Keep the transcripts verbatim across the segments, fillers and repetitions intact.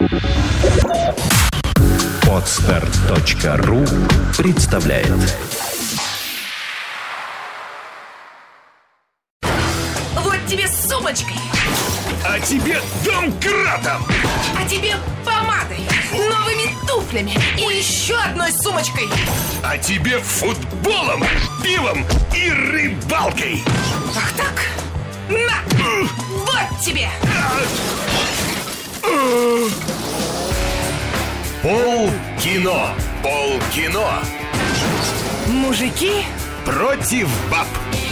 Подстер точка ру представляет. Вот тебе с сумочкой. А тебе домкратом. А тебе помадой, новыми туфлями и еще одной сумочкой. А тебе футболом, пивом и рыбалкой. Ах так? На! Вот тебе! Полкино. Полкино. Мужики Против баб.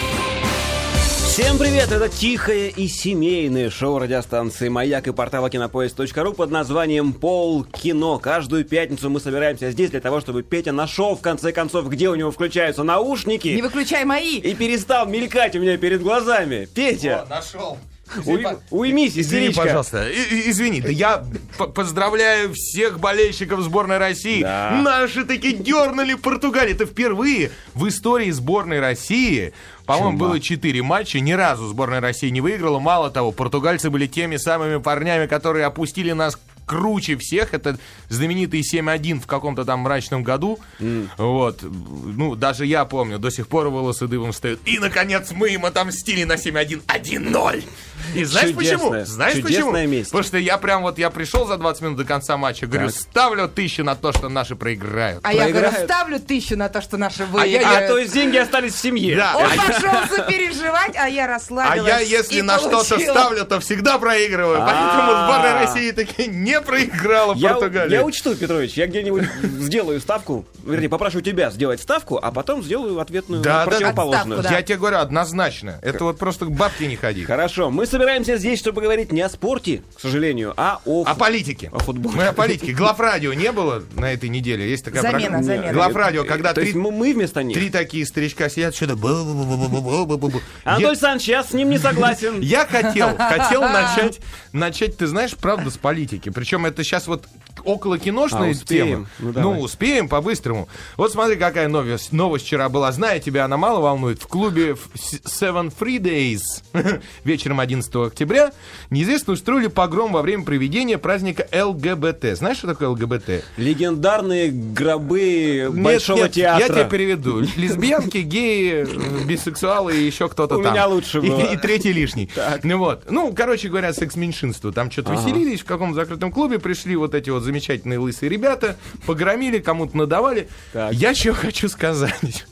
Всем привет! Это тихое и семейное шоу радиостанции «Маяк» и портала кинопоиск точка ру под названием «Полкино». Каждую пятницу мы собираемся здесь для того, чтобы Петя нашел, в конце концов, где у него включаются наушники. не выключай мои. И перестал мелькать у меня перед глазами. Петя! О, нашел. Уй, уймись, Извини, истеричка. пожалуйста. И, и- извини, да я п- поздравляю всех болельщиков сборной России. Да. Наши таки дернули Португалию. Это впервые в истории сборной России. По-моему, Чума. было четыре матча. Ни разу сборная России не выиграла. Мало того, португальцы были теми самыми парнями, которые опустили нас круче всех. Это знаменитый семь один в каком-то там мрачном году. Mm. Вот. Ну, даже я помню, до сих пор волосы дыбом встают. И, наконец, мы им отомстили на семь один один ноль. И знаешь Чудесное, почему? Знаешь чудесное почему? месть. Потому что я прям вот, я пришел за двадцать минут до конца матча, говорю, Так. ставлю тысячу на то, что наши проиграют. А я говорю, Проиграют. ставлю тысячу на то, что наши А, выиграют. я- а то есть деньги остались в семье. Да. Он А я- пошел сопереживать, а я А расслабилась. я, если и на что-то получила. ставлю, то всегда проигрываю. Поэтому А-а-а. сборная России таки не проиграла Я, Португалии. я учту, Петрович, я где-нибудь сделаю ставку, вернее, попрошу тебя сделать ставку, а потом сделаю ответную Да, да, противоположную. Отставку, да. Я тебе говорю, однозначно. Это вот просто к бабке не ходи. Хорошо, мы собираемся здесь, чтобы говорить не о спорте, к сожалению, а о... О политике. О футболе. Мы о политике. Главрадио не было на этой неделе. Есть такая Замена, программа. замена. Главрадио, когда То три, есть мы, мы вместо них. три такие старичка сидят, что-то... бу-бу-бу-бу-бу-бу-бу-бу. Анатолий Я- Александрович, я с ним не согласен. Я хотел, хотел начать, начать, ты знаешь, правда, с политики. Причем это сейчас вот около киношная А, успеем. тема. Ну, Ну, давай. успеем по-быстрому. Вот смотри, какая новость, новость вчера была. Знаю, тебя она мало волнует. В клубе Seven Free Days вечером одиннадцатого октября неизвестно устроили погром во время проведения праздника ЛГБТ. Знаешь, что такое ЛГБТ? Легендарные гробы Нет, Большого нет, театра. я тебе переведу. Лесбиянки, геи, э, бисексуалы и еще кто-то У там. меня лучше И- было. И, третий лишний. Ну вот. Ну, короче говоря, секс-меньшинство. Там что-то Ага. веселились в каком-то закрытом клубе, пришли вот эти вот замечательные лысые ребята, погромили, кому-то надавали. Так. Я что хочу сказать.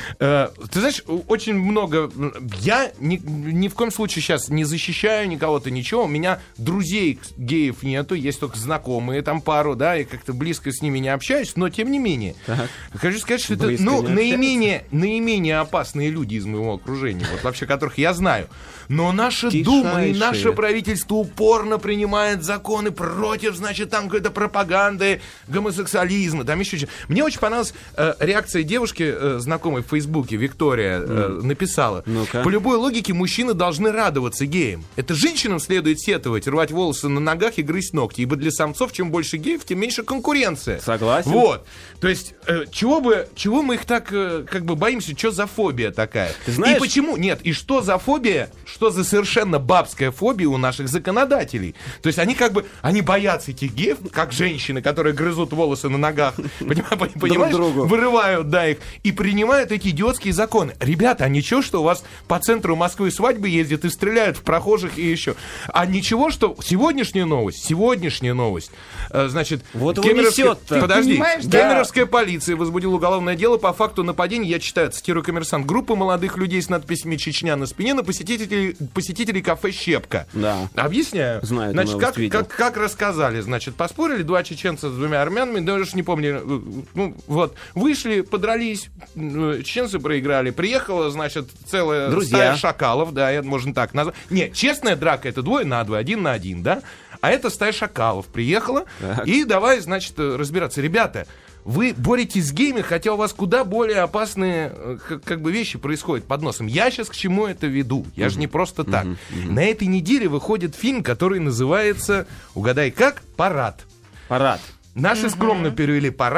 Э, Ты знаешь, очень много... Я ни, ни в коем случае сейчас не защищаю никого-то, ничего. У меня друзей геев нету, есть только знакомые, там пару, да, и как-то близко с ними не общаюсь, но тем не менее. Хочу сказать, что это, Близко ну, не наименее, наименее опасные люди из моего окружения, вот вообще которых я знаю. Но наша Дума и Тишайшие. наше правительство упорно принимает законы против, значит, там какой-то пропаганды, гомосексуализма, там еще что-то. Мне очень понравилась э, реакция девушки, э, знакомой в Фейсбуке, Виктория, э, написала. Ну-ка. По любой логике мужчины должны радоваться геям. Это женщинам следует сетовать, рвать волосы на ногах и грызть ногти, ибо для самцов чем больше геев, тем меньше конкуренция. Согласен. Вот. То есть, э, чего бы, чего мы их так, э, как бы боимся, что за фобия такая? Ты знаешь- И почему? Нет, и что за фобия, что за совершенно бабская фобия у наших законодателей? То есть они как бы, они боятся этих геев, как женщины, которые грызут волосы на ногах, понимаешь, понимаешь? другу. Вырывают, да, их, и принимают эти идиотские законы. Ребята, а ничего, что у вас по центру Москвы свадьбы ездят и стреляют в прохожих и еще? А ничего, что сегодняшняя новость, сегодняшняя новость, э, значит, Вот его Кемеровская- несет-то. Подожди, Понимаешь, да. Кемеровская полиция возбудила уголовное дело по факту нападения, я читаю, цитирую «Коммерсант», группы молодых людей с надписями «Чечня» на спине на посетителей, посетителей кафе «Щепка». Да. Объясняю. Знаю, эту Значит, новость как, видел. как, как рассказали, значит, поспорили два чеченца с двумя армянами, даже не помню, э, ну, вот, вышли, подрались, э, чеченцы проиграли, приехала, значит, целая Друзья. стая шакалов, да, это можно так назвать. Нет, честная драка — это двое на двое, один на один, да, а это стая шакалов приехала, Так. и давай, значит, э, разбираться. Ребята, вы боретесь с гейми, хотя у вас куда более опасные э, как, как бы вещи происходят под носом. Я сейчас к чему это веду? Я же не просто так. На этой неделе выходит фильм, который называется, угадай как, «Парад». Парад. Наши скромно перевели «Парад».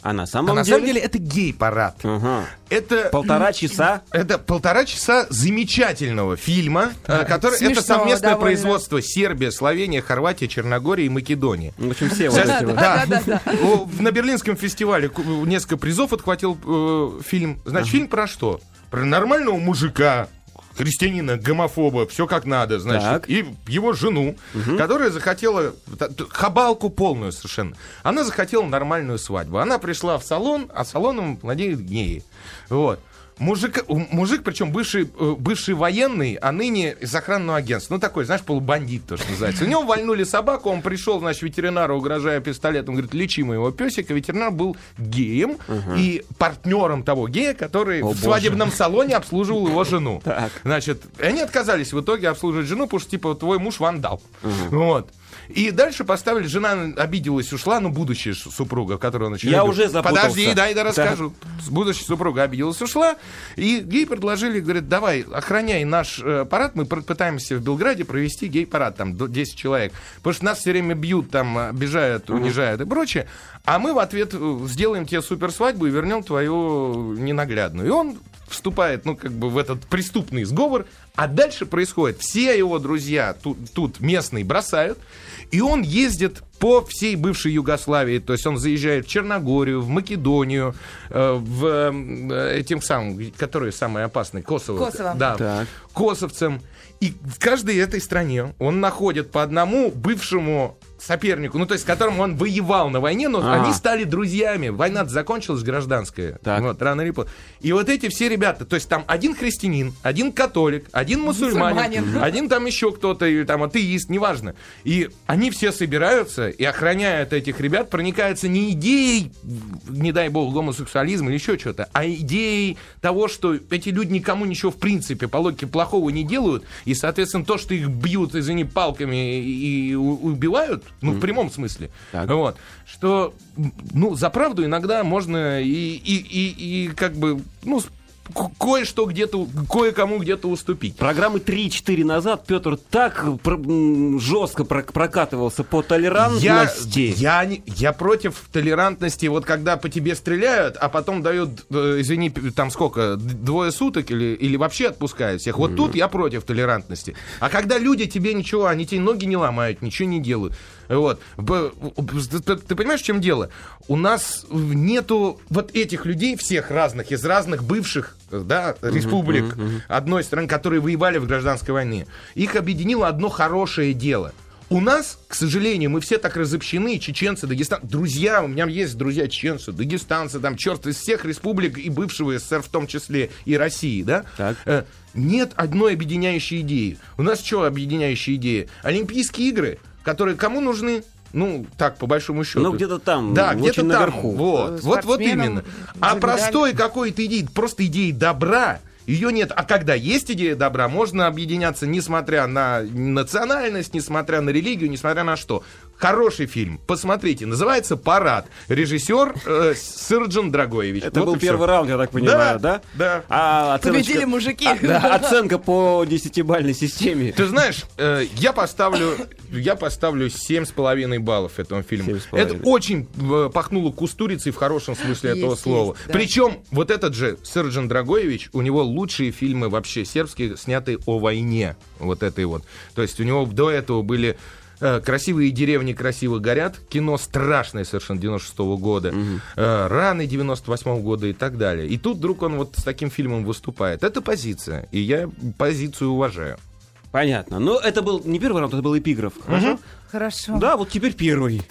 А на А самом на деле... самом деле это гей-парад. Ага. Это... Полтора часа. Это полтора часа замечательного фильма, э, который это Смешного совместное довольно. производство Сербия, Словения, Хорватия, Черногория и Македония. В общем, все вот Сейчас- эти вот. да. О, На Берлинском фестивале ку- несколько призов отхватил э, фильм. Значит, фильм про что? Про нормального мужика, христианина, гомофоба, все как надо, значит, Так. и его жену, которая захотела т- т- хабалку полную совершенно. Она захотела нормальную свадьбу. Она пришла в салон, а салоном владеют геи. Вот. Мужик, мужик, причем бывший, э, бывший военный, а ныне из охранного агентства. Ну, такой, знаешь, полубандит, то, что называется. У него вальнули собаку, он пришел, значит, ветеринару, угрожая пистолетом, говорит, лечи моего песика. Ветеринар был геем и партнером того гея, который О, в боже. свадебном салоне обслуживал его жену. Так. Значит, они отказались в итоге обслуживать жену, потому что, типа, твой муж вандал. Вот. И дальше поставили, жена обиделась, ушла, ну, будущая ш- супруга, которую он очень Я любит. уже запутался. Подожди, дай, да расскажу. Будущая супруга обиделась, ушла, и гей предложили, говорят, давай, охраняй наш э, парад, мы пр- пытаемся в Белграде провести гей-парад, там, до десять человек, потому что нас все время бьют, там, обижают, унижают и прочее, а мы в ответ э, сделаем тебе суперсвадьбу и вернем твою ненаглядную. И он вступает, ну, как бы в этот преступный сговор, а дальше происходит, все его друзья тут, тут местные бросают, и он ездит по всей бывшей Югославии, то есть он заезжает в Черногорию, в Македонию, э, в э, этим самым, которые самые опасные, Косово. Косово. Да, Так. косовцам. И в каждой этой стране он находит по одному бывшему сопернику, ну, то есть с которым он воевал на войне, но А. они стали друзьями. Война закончилась гражданская. Так. Вот, рано или поздно. И вот эти все ребята, то есть там один христианин, один католик, один мусульманин, Мусульманин. один там еще кто-то, или там атеист, неважно. И они все собираются и охраняют этих ребят, проникаются не идеей, не дай бог, гомосексуализма или еще что-то, а идеей того, что эти люди никому ничего в принципе по логике плохого не делают, и, соответственно, то, что их бьют, извини, палками и у- убивают, ну, в прямом смысле, Так. вот, что, ну, за правду иногда можно и, и, и, и как бы, ну, с- ко- кое-что где-то, кое-кому где-то уступить. Программы три-четыре назад Петр так про- м, жестко про- прокатывался по Я, толерантности. я, не- я против толерантности, вот когда по тебе стреляют, а потом дают, э, извини, п- там сколько, д- двое суток или, или вообще отпускают всех. Вот тут я против толерантности. А когда люди тебе ничего, они тебе ноги не ломают, ничего не делают. Вот. Б- Ты, ты понимаешь, в чем дело? У нас нету вот этих людей, всех разных, из разных бывших, да, республик одной страны, которые воевали в гражданской войне. Их объединило одно хорошее дело. У нас, к сожалению, мы все так разобщены, чеченцы, дагестанцы, друзья, у меня есть друзья чеченцы, дагестанцы, там, черт, из всех республик и бывшего СССР в том числе, и России, да? Так. Э, Нет одной объединяющей идеи. У нас что объединяющая идея? Олимпийские игры, которые кому нужны? Ну, так, по большому счету. Ну, где-то там, Да, очень где-то там. наверху. Вот, вот, вот Спортсменам именно. за А медаль. простой какой-то идеи, просто идеи добра, ее нет. А когда есть идея добра, можно объединяться, несмотря на национальность, несмотря на религию, несмотря на что. Хороший фильм, посмотрите, называется «Парад». Режиссер э, Сырджан Драгоевич. Это Вот был и всё. первый раунд, я так понимаю, да? Да. А оценочка- Победили мужики. А, да, оценка по десятибалльной системе. Ты знаешь, э, я поставлю, я поставлю семь с половиной баллов этому фильму. семь с половиной. Это очень э, пахнуло кустурицей в хорошем смысле Есть, этого есть, слова. да. Причем вот этот же Сырджан Драгоевич, у него лучшие фильмы вообще сербские, снятые о войне. Вот этой вот. То есть у него до этого были э, «Красивые деревни красиво горят», кино страшное совершенно девяносто шестого года, э, «Раны» девяносто восьмого года и так далее. И тут вдруг он вот с таким фильмом выступает. Это позиция, и я позицию уважаю. Понятно. Но это был не первый раунд, это был эпиграф. Хорошо? Хорошо. Да, вот теперь первый.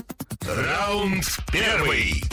Раунд первый.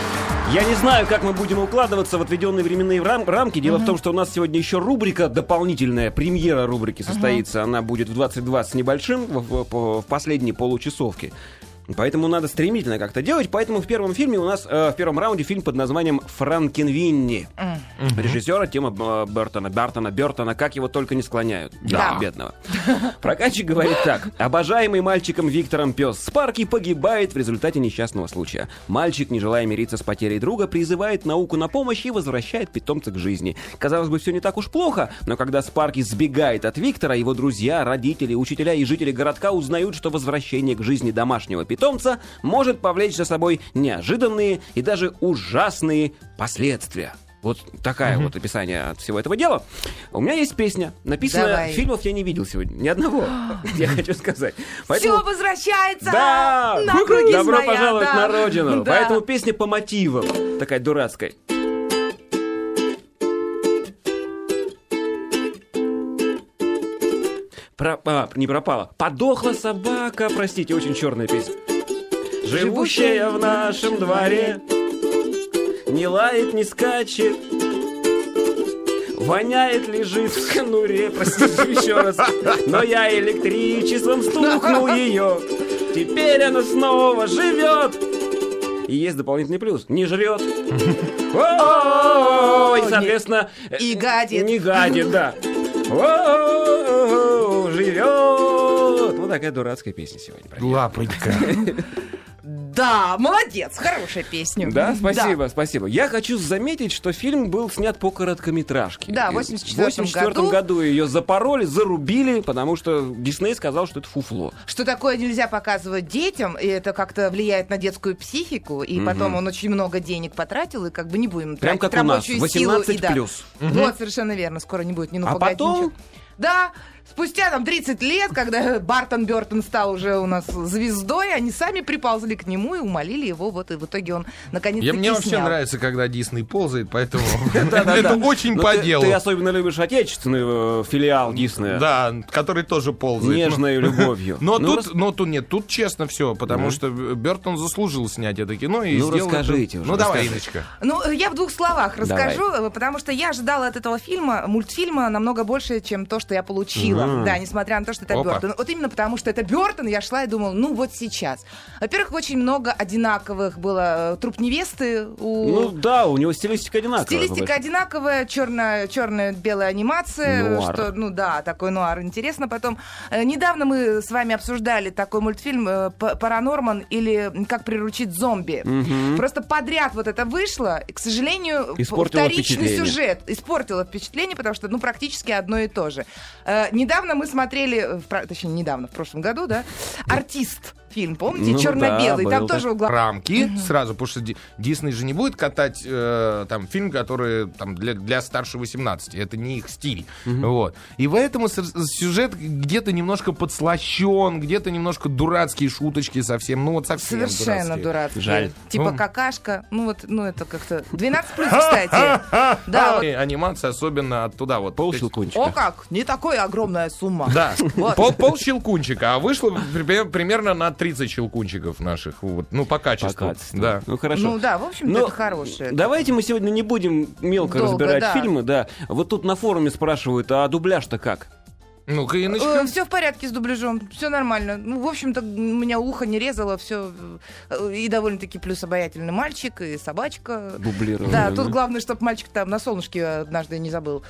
Я не знаю, как мы будем укладываться в отведенные временные рам- рамки. Дело в том, что у нас сегодня еще рубрика дополнительная, премьера рубрики состоится. Она будет в двадцать два с небольшим, в, в- в последней получасовке. Поэтому надо стремительно как-то делать. Поэтому в первом фильме у нас, э, в первом раунде фильм под названием «Франкенвинни». Режиссера Тима э, Бертона, Бертона, Бертона, как его только не склоняют. Да. Бедного. Прокатчик говорит так. Обожаемый мальчиком Виктором пес Спарки погибает в результате несчастного случая. Мальчик, не желая мириться с потерей друга, призывает науку на помощь и возвращает питомца к жизни. Казалось бы, все не так уж плохо, но когда Спарки сбегает от Виктора, его друзья, родители, учителя и жители городка узнают, что возвращение к жизни домашнего питомца питомца может повлечь за собой неожиданные и даже ужасные последствия. Вот такое mm-hmm. вот описание от всего этого дела. У меня есть песня. Написано, Давай. Фильмов я не видел сегодня. Ни одного, я хочу сказать. Все возвращается Да! на круги Добро своя, пожаловать да. на родину. Да. Поэтому песня по мотивам. Такая дурацкая. Про... А, не пропала. Подохла собака, простите, очень черная песня. Живущая в нашем дворе, не лает, не скачет, воняет, лежит в конуре. Простите еще раз. Но я электричеством стукнул ее. Теперь она снова живет. И есть дополнительный плюс. Не жрет. О, и, соответственно... И гадит. Не гадит, да. О, живет. Вот такая дурацкая песня сегодня. Лапонька. Да, молодец, хорошая песня. Да, спасибо, спасибо. Я хочу заметить, что фильм был снят по короткометражке. Да, в И восемьдесят четвёртом в восемьдесят четвёртом году ее запороли, зарубили, потому что Дисней сказал, что это фуфло. Что такое нельзя показывать детям, и это как-то влияет на детскую психику, и Мгм. потом он очень много денег потратил, и как бы не будем Прям тратить как у нас, рабочую силу. восемнадцать и да. плюс. Вот, совершенно верно, скоро не будет ни ну А погоди, потом- ничего. Да, спустя там тридцать лет, когда Бартон Бёртон стал уже у нас звездой, они сами приползли к нему и умолили его, вот и в итоге он наконец-таки Я, мне вообще снял. нравится, когда Дисней ползает, поэтому Да-да-да. это очень Ну, по ты- делу. Ты особенно любишь отечественный э, филиал Диснея. Да, который тоже ползает. Нежной Ну, любовью. Но Ну, тут, но тут нет, тут честно все, потому Ну. что Бёртон заслужил снять это кино и Ну, сделал это- расскажите уже, Ну давай, расскажите. Инночка. Ну, я в двух словах расскажу, э, потому что я ожидала от этого фильма, мультфильма, намного больше, чем то, что я получила. М. Да, несмотря на то, что это Опа. Бёртон. Вот именно потому, что это Бёртон, я шла и думала, ну вот сейчас. Во-первых, очень много одинаковых было э, труп невесты у... Ну да, у него стилистика одинаковая. Стилистика одинаковая, черная, черная белая анимация, Нуар. что, ну да, такой нуар. Интересно потом. э, недавно мы с вами обсуждали такой мультфильм э, П- «Паранорман» или «Как приручить зомби». Мгм. Просто подряд вот это вышло, и, к сожалению, Испортило вторичный впечатление. сюжет испортило впечатление, потому что, ну, практически одно и то же. Э, недавно мы смотрели, э, в про- точнее, недавно, в прошлом году, да, «Артист» фильм, помните, Ну черно-белый, да, там был тоже угла... Рамки сразу, потому что Ди- Дисней же не будет катать э, там фильм, который там для, для старше восемнадцати. Это не их стиль. Вот. И поэтому с- сюжет где-то немножко подслащен, где-то немножко дурацкие шуточки совсем. Ну вот совсем Совершенно дурацкие. дурацкий. Жаль. Типа Ну. какашка. Ну вот, ну это как-то... двенадцать плюс, кстати. Да, вот. И анимация особенно оттуда вот. Пол То есть- щелкунчика. О как! Не такая огромная сумма. Да, Вот. пол, пол щелкунчика, а вышло при- примерно на тридцать щелкунчиков наших, вот, ну, по По качеству. качеству. Да. Ну хорошо. Ну да, в общем-то, Но это хорошее. Давайте мы сегодня не будем мелко Долго, разбирать да. фильмы, да. Вот тут на форуме спрашивают, а дубляж-то как? Ну-ка, Инночка. все в порядке с дубляжом, все нормально. Ну, в общем-то, у меня ухо не резало, все. И довольно-таки плюс обаятельный мальчик, и собачка. Дублировано. Да, тут главное, чтобы мальчик там на солнышке однажды не забыл.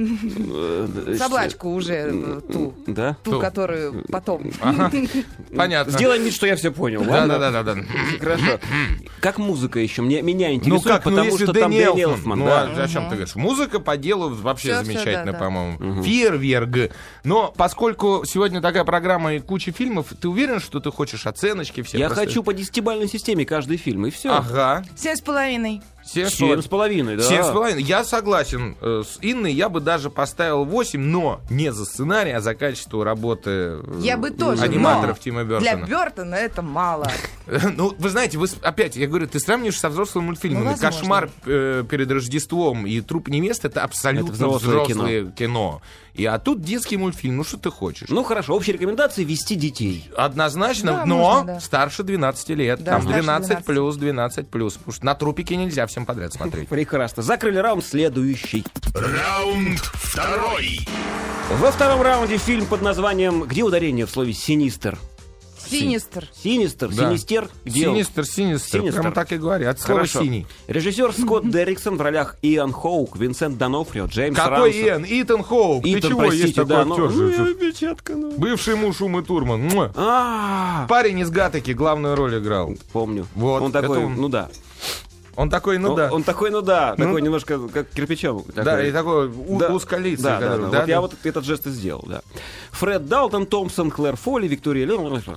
Собачку уже, э, ту, Да? ту, Ту. которую потом. Ага. Понятно. Сделаем вид, что я все понял, Да, ладно? да, да, да, да. Хорошо. Как музыка еще? Мне, меня Ну интересует, как, ну потому если что там Дэнни Дэнни Элфман, Элфман, ну да. а о чем ты говоришь? Музыка по делу вообще Всё, всё, замечательная, да, да. по-моему. Фейерверк. Но поскольку сегодня такая программа и куча фильмов, ты уверен, что ты хочешь оценочки все? Я просто- хочу по десятибалльной системе каждый фильм, и все. Ага. Семь с половиной. Семь с Семь половиной. с половиной, да. Семь с половиной. Я согласен э, с Инной, я бы даже поставил восемь, но не за сценарий, а за качество работы э, Я бы тоже, аниматоров но Тима Для Бёртона. Бёртона это мало. Ну, вы знаете, вы с- опять, я говорю, ты сравниваешь со взрослыми мультфильмами. Ну, возможно. «Кошмар э, перед Рождеством» и «Труп невесты» — это абсолютно Это взрослое взрослое кино. И, а тут детский мультфильм, ну что ты хочешь? Ну хорошо, общие рекомендации — вести детей. Однозначно, Да, но можно, да. старше двенадцати лет. Да, Там старше двенадцать двенадцати. плюс, двенадцать плюс. Потому что на трупике нельзя всем подряд смотреть. Прекрасно. Закрыли раунд, следующий. Раунд второй. Во втором раунде фильм под названием «Где ударение в слове «синистер»?» Синистер. Синистер, Да. синистер, где он? Синистер, синистер, Синистер. прямо так и говорят. Слово Хорошо. синий. Режиссер Скотт Дерриксон в ролях Иэн Хоук, Винсент Донофрио, Джеймс Какой Рансел. Иэн? Итан Хоук. Ты Итан, чего, простите, есть такой да, ну, актер? ну, я опечатка, ну. Бывший муж Умы Турман. Муа. А, Парень из Гаттеки главную роль играл. помню. Вот, Он такой, это он. ну да. Он такой, ну он, да. он такой, ну да, Ну. такой немножко как кирпичом. Да, такой. и такой у- Да. узколицый. Да, да, который- да. Вот я вот этот жест и сделал, да. Фред Далтон, Томпсон, Клэр Фолли, Виктория Леон.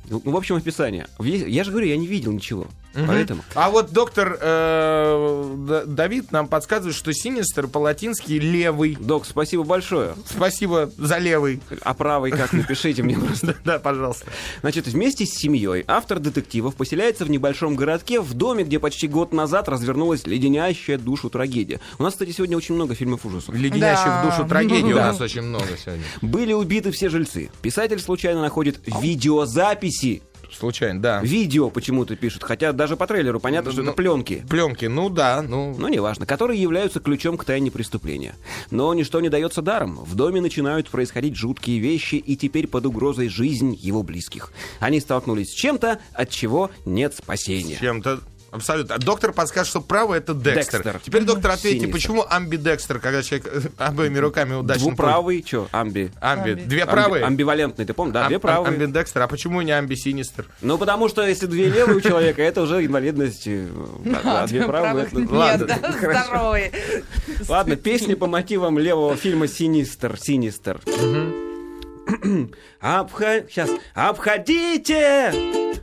Ну, в общем, описание. Я же говорю, я не видел ничего. Угу. Поэтому. А вот доктор э, Давид нам подсказывает, что Синистер по-латински левый. Док, спасибо большое. Спасибо за левый. А правый как? Напишите мне просто. Да, пожалуйста. Значит, вместе с семьей автор детективов поселяется в небольшом городке, в доме, где почти год назад развернулась леденящая душу трагедия. У нас, кстати, сегодня очень много фильмов ужасов. Леденящих в душу трагедию у нас очень много сегодня. Были убиты все жильцы. Писатель случайно находит видеозаписи. Случайно, да. Видео почему-то пишут, хотя даже по трейлеру понятно, что ну, это пленки. Пленки, ну да, ну... Ну, неважно, которые являются ключом к тайне преступления. Но ничто не дается даром. В доме начинают происходить жуткие вещи, и теперь под угрозой жизнь его близких. Они столкнулись с чем-то, от чего нет спасения. С чем-то... Абсолютно. Доктор подскажет, что право — это Декстер. Декстер. Теперь, доктор, ответьте, Синистер. Почему амбидекстер, когда человек обоими руками удачно... Двуправый, что, амби? Амби. Амби. Две правые? Амби, амбивалентный, ты помнишь? Да, Ам- две правые. Амбидекстер. А почему не амбисинистер? Ну, потому что если две левые у человека, это уже инвалидность, э, а две правые... это- Нет, Ладно, да, хорошо. здоровые. Ладно, песня по мотивам левого фильма «Синистер», «Синистер». Обха... Сейчас. Обходите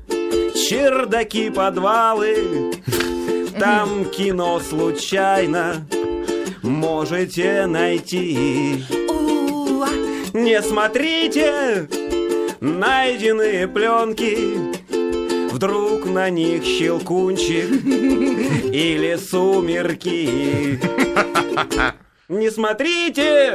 чердаки, подвалы, там кино случайно можете найти. Не смотрите найденные пленки, вдруг на них щелкунчик или сумерки. Не смотрите!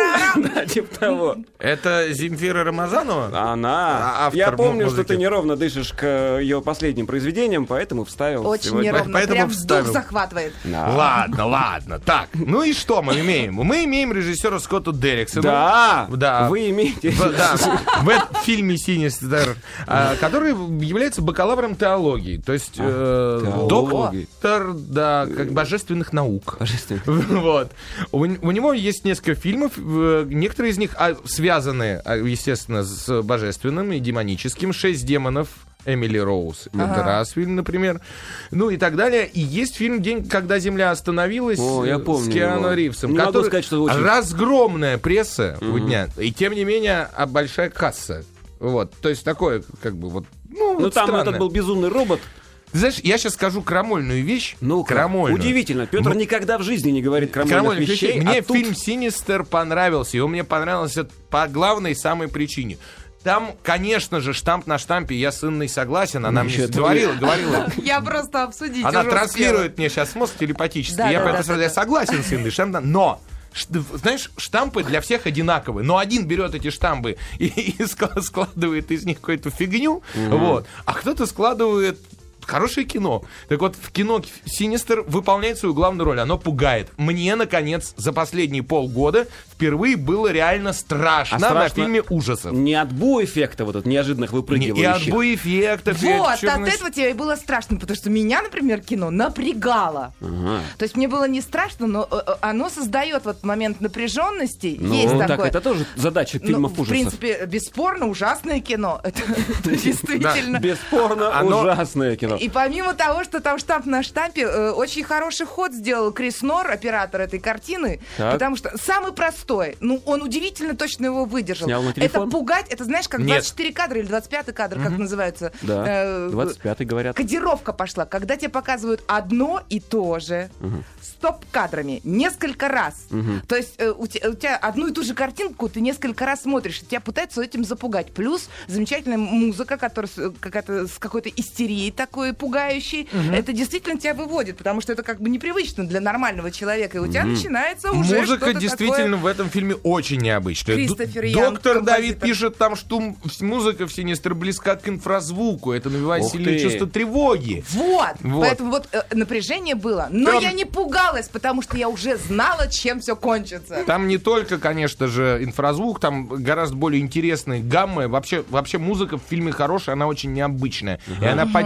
Да, типа того. Это Земфира Рамазанова? Она. А автор Я помню, музыки? что ты неровно дышишь к ее последним произведениям, поэтому вставил. Очень сегодня. неровно, Поэтому прям вставил. вздох захватывает. Да. Ладно, ладно. Так, ну и что мы имеем? Мы имеем режиссера Скотта Дерриксона. Да, Да. Вы имеете. В, да, в этом фильме «Синистер», а, который является бакалавром теологии, то есть э, теологии. доктор, да, как божественных наук. Божественно. Вот. У, у него есть несколько фильмов, э, некоторые из них а, связаны, а, естественно, с божественным и демоническим. «Шесть демонов». Эмили Роуз. Ага. Это раз фильм, например. Ну и так далее. И есть фильм «День, когда Земля остановилась» О, я э, помню с Киану его. Ривзом. Не могу который- сказать, что очень- Разгромная пресса у дня. И тем не менее, а большая касса. Вот. То есть такое, как бы вот... Ну, Ну вот там странное. этот был безумный робот. Ты знаешь, я сейчас скажу крамольную вещь. Ну, крамольную. удивительно. Петр Ну, никогда в жизни не говорит крамольных Крамольных вещей. вещей. Мне а тут- фильм «Синистер» понравился. И он мне понравился по главной самой причине. Там, конечно же, штамп на штампе. Я с Инной согласен. Она Ну, мне ещё это говорила, говорила. Я просто обсудить Она уже транслирует мне сейчас мозг телепатически. Да, я да, поэтому да, сразу да, я да. согласен с Инной. Штамп, но ш- знаешь, штампы для всех одинаковые. Но один берет эти штампы и, и ск- складывает из них какую-то фигню. Вот. А кто-то складывает хорошее кино. Так вот, в кино «Синистер» выполняет свою главную роль. Оно пугает. Мне, наконец, за последние полгода впервые было реально страшно, А на страшно фильме ужасов. Не от бу-эффекта вот от неожиданных Не- выпрыгивающих. И от боэффектов, и Вот, от от черно- этого тебе и было страшно, потому что меня, например, кино напрягало. Ага. То есть мне было не страшно, но э, э, оно создает вот момент напряженности. Ну, Есть так такое. это тоже задача Ну, фильмов в ужасов. принципе, бесспорно, ужасное кино. Это действительно. Бесспорно Оно- ужасное кино. И помимо того, что там штамп на штампе, э, очень хороший ход сделал Крис Нор, оператор этой картины, Так. потому что самый простой, ну, он удивительно точно его выдержал. Снял на Это телефон? пугать, это знаешь, как Нет. двадцать четыре кадра или двадцать пятый кадр, как называется? Да, Э, двадцать пятый говорят. Кодировка пошла, когда тебе показывают одно и то же, стоп-кадрами, несколько раз. То есть э, у, те- у тебя одну и ту же картинку ты несколько раз смотришь, и тебя пытаются этим запугать. Плюс замечательная музыка, которая с, какая-то, с какой-то истерией такой пугающей. Это действительно тебя выводит, потому что это как бы непривычно для нормального человека, и у тебя начинается уже Музыка что-то действительно такое. в этом фильме очень необычная. Кристофер Д- Янг, Доктор Давид композитор. пишет там, что м- музыка в «Синистер» близка к инфразвуку. Это навевает Ух сильное ты. чувство тревоги. Вот. Вот. Поэтому вот э, напряжение было. Но Там- я не пугалась, потому что я уже знала, чем все кончится. Там не только, конечно же, инфразвук, там гораздо более интересные гаммы. Вообще, вообще музыка в фильме хорошая, она очень необычная. И она поддерживает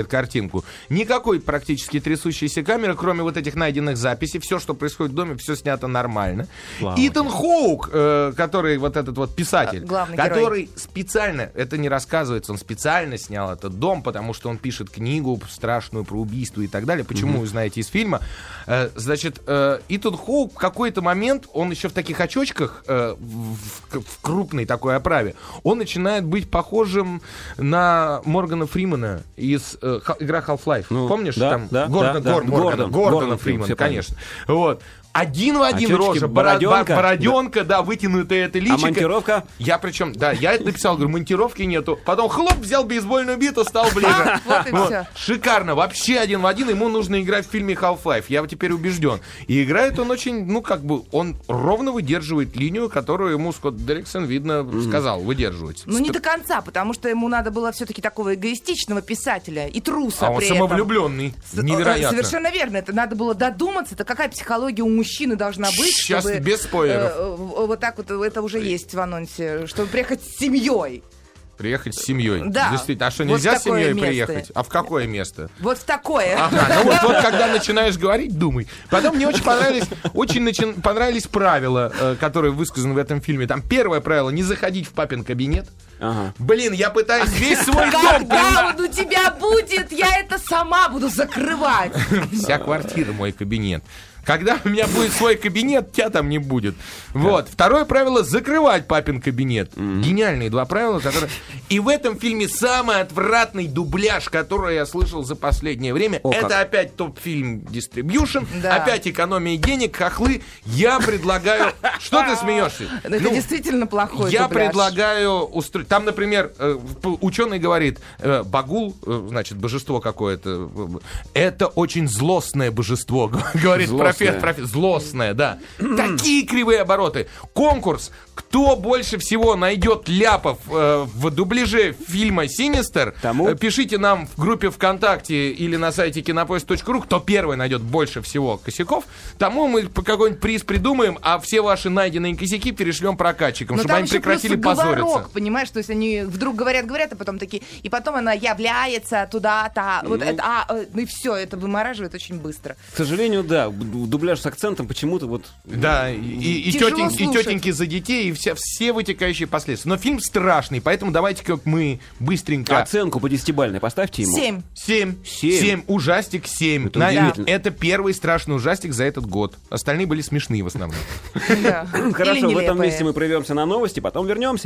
показывает картинку. Никакой практически трясущейся камеры, кроме вот этих найденных записей. Все, что происходит в доме, все снято нормально. Слава Итан Хоук, э, который вот этот вот писатель, Главный который герой. специально, это не рассказывается, он специально снял этот дом, потому что он пишет книгу страшную про убийство и так далее. Почему, вы знаете из фильма. Э, значит, э, Итан Хоук в какой-то момент, он еще в таких очочках, э, в, в крупной такой оправе, он начинает быть похожим на Моргана Фримена из э, ха- игра Half-Life. Ну, Помнишь? да, Там да, Гордона, да, Гор- да. Моргана, Гордон, Гордона Гордон Фримена, все конечно. Вот. Один в один Очечки, рожа, бороденка. бороденка, да, вытянутая это личико. А монтировка? Я причем, да, я это написал, говорю, монтировки нету. Потом хлоп, взял бейсбольную биту, стал ближе. Вот и Вот. все. Шикарно, вообще один в один. Ему нужно играть в фильме Half-Life. Я теперь убежден. И играет он очень, ну, как бы, он ровно выдерживает линию, которую ему Скотт Дерриксон, видно, сказал, выдерживать. Ну, не до конца, потому что ему надо было все-таки такого эгоистичного писателя и труса А он при этом. самовлюбленный. С- Невероятно. Совершенно верно. Это надо было додуматься. Это какая психология у мужчины должна быть, Сейчас чтобы, без спойлеров. э, в- вот так вот это уже есть в анонсе, чтобы приехать с семьей. Приехать с семьей. Да. Действительно. А что, Вот нельзя в с такое семьей место. приехать? А в какое место? Вот в такое. Ага, ну вот, вот когда начинаешь говорить, думай. Потом мне очень понравились, очень начин- понравились правила, э, которые высказаны в этом фильме. Там первое правило — не заходить в папин кабинет. Ага. Блин, я пытаюсь весь свой дом... Когда он у тебя будет, я это сама буду закрывать. Вся квартира мой кабинет. Когда у меня будет свой кабинет, тебя там не будет. Вот. Второе правило — закрывать папин кабинет. Гениальные два правила, которые... И в этом фильме самый отвратный дубляж, который я слышал за последнее время. О, это как. опять топ-фильм Distribution, Да. опять экономия денег, хохлы. Я предлагаю... Что ты смеешься? Это Ну, действительно плохой я дубляж. предлагаю устроить... Там, например, э, п- ученый говорит, э, Багул, э, значит, божество какое-то, э, это очень злостное божество, говорит Злостное. профессор. профессор злостное, да. Такие кривые обороты. Конкурс. Кто больше всего найдет ляпов э, в дубляже фильма «Синистер», Тому? э, пишите нам в группе ВКонтакте или на сайте кинопоиск точка ру, кто первый найдет больше всего косяков, тому мы по какой-нибудь приз придумаем, а все ваши найденные косяки перешлем прокатчикам, Но чтобы там они еще прекратили плюс позориться. говорок, понимаешь, то есть они вдруг говорят, говорят, а потом такие, и потом она является туда-то, вот Ну. это, а, э, ну и все, это вымораживает очень быстро. К сожалению, да, д- дубляж с акцентом почему-то вот... Да, и, и, и, Тяжело тетеньки, и слушать. тетеньки за детей, и все, все вытекающие последствия. Но фильм страшный, поэтому давайте-ка мы быстренько... Оценку по десятибалльной поставьте ему. Семь. Семь. Семь. Семь. Ужастик семь. Это На- удивительно. это первый страшный ужастик за этот год. Остальные были смешные в основном. Да. Хорошо, Или в этом нелепые. месте мы прервемся на новости, потом вернемся.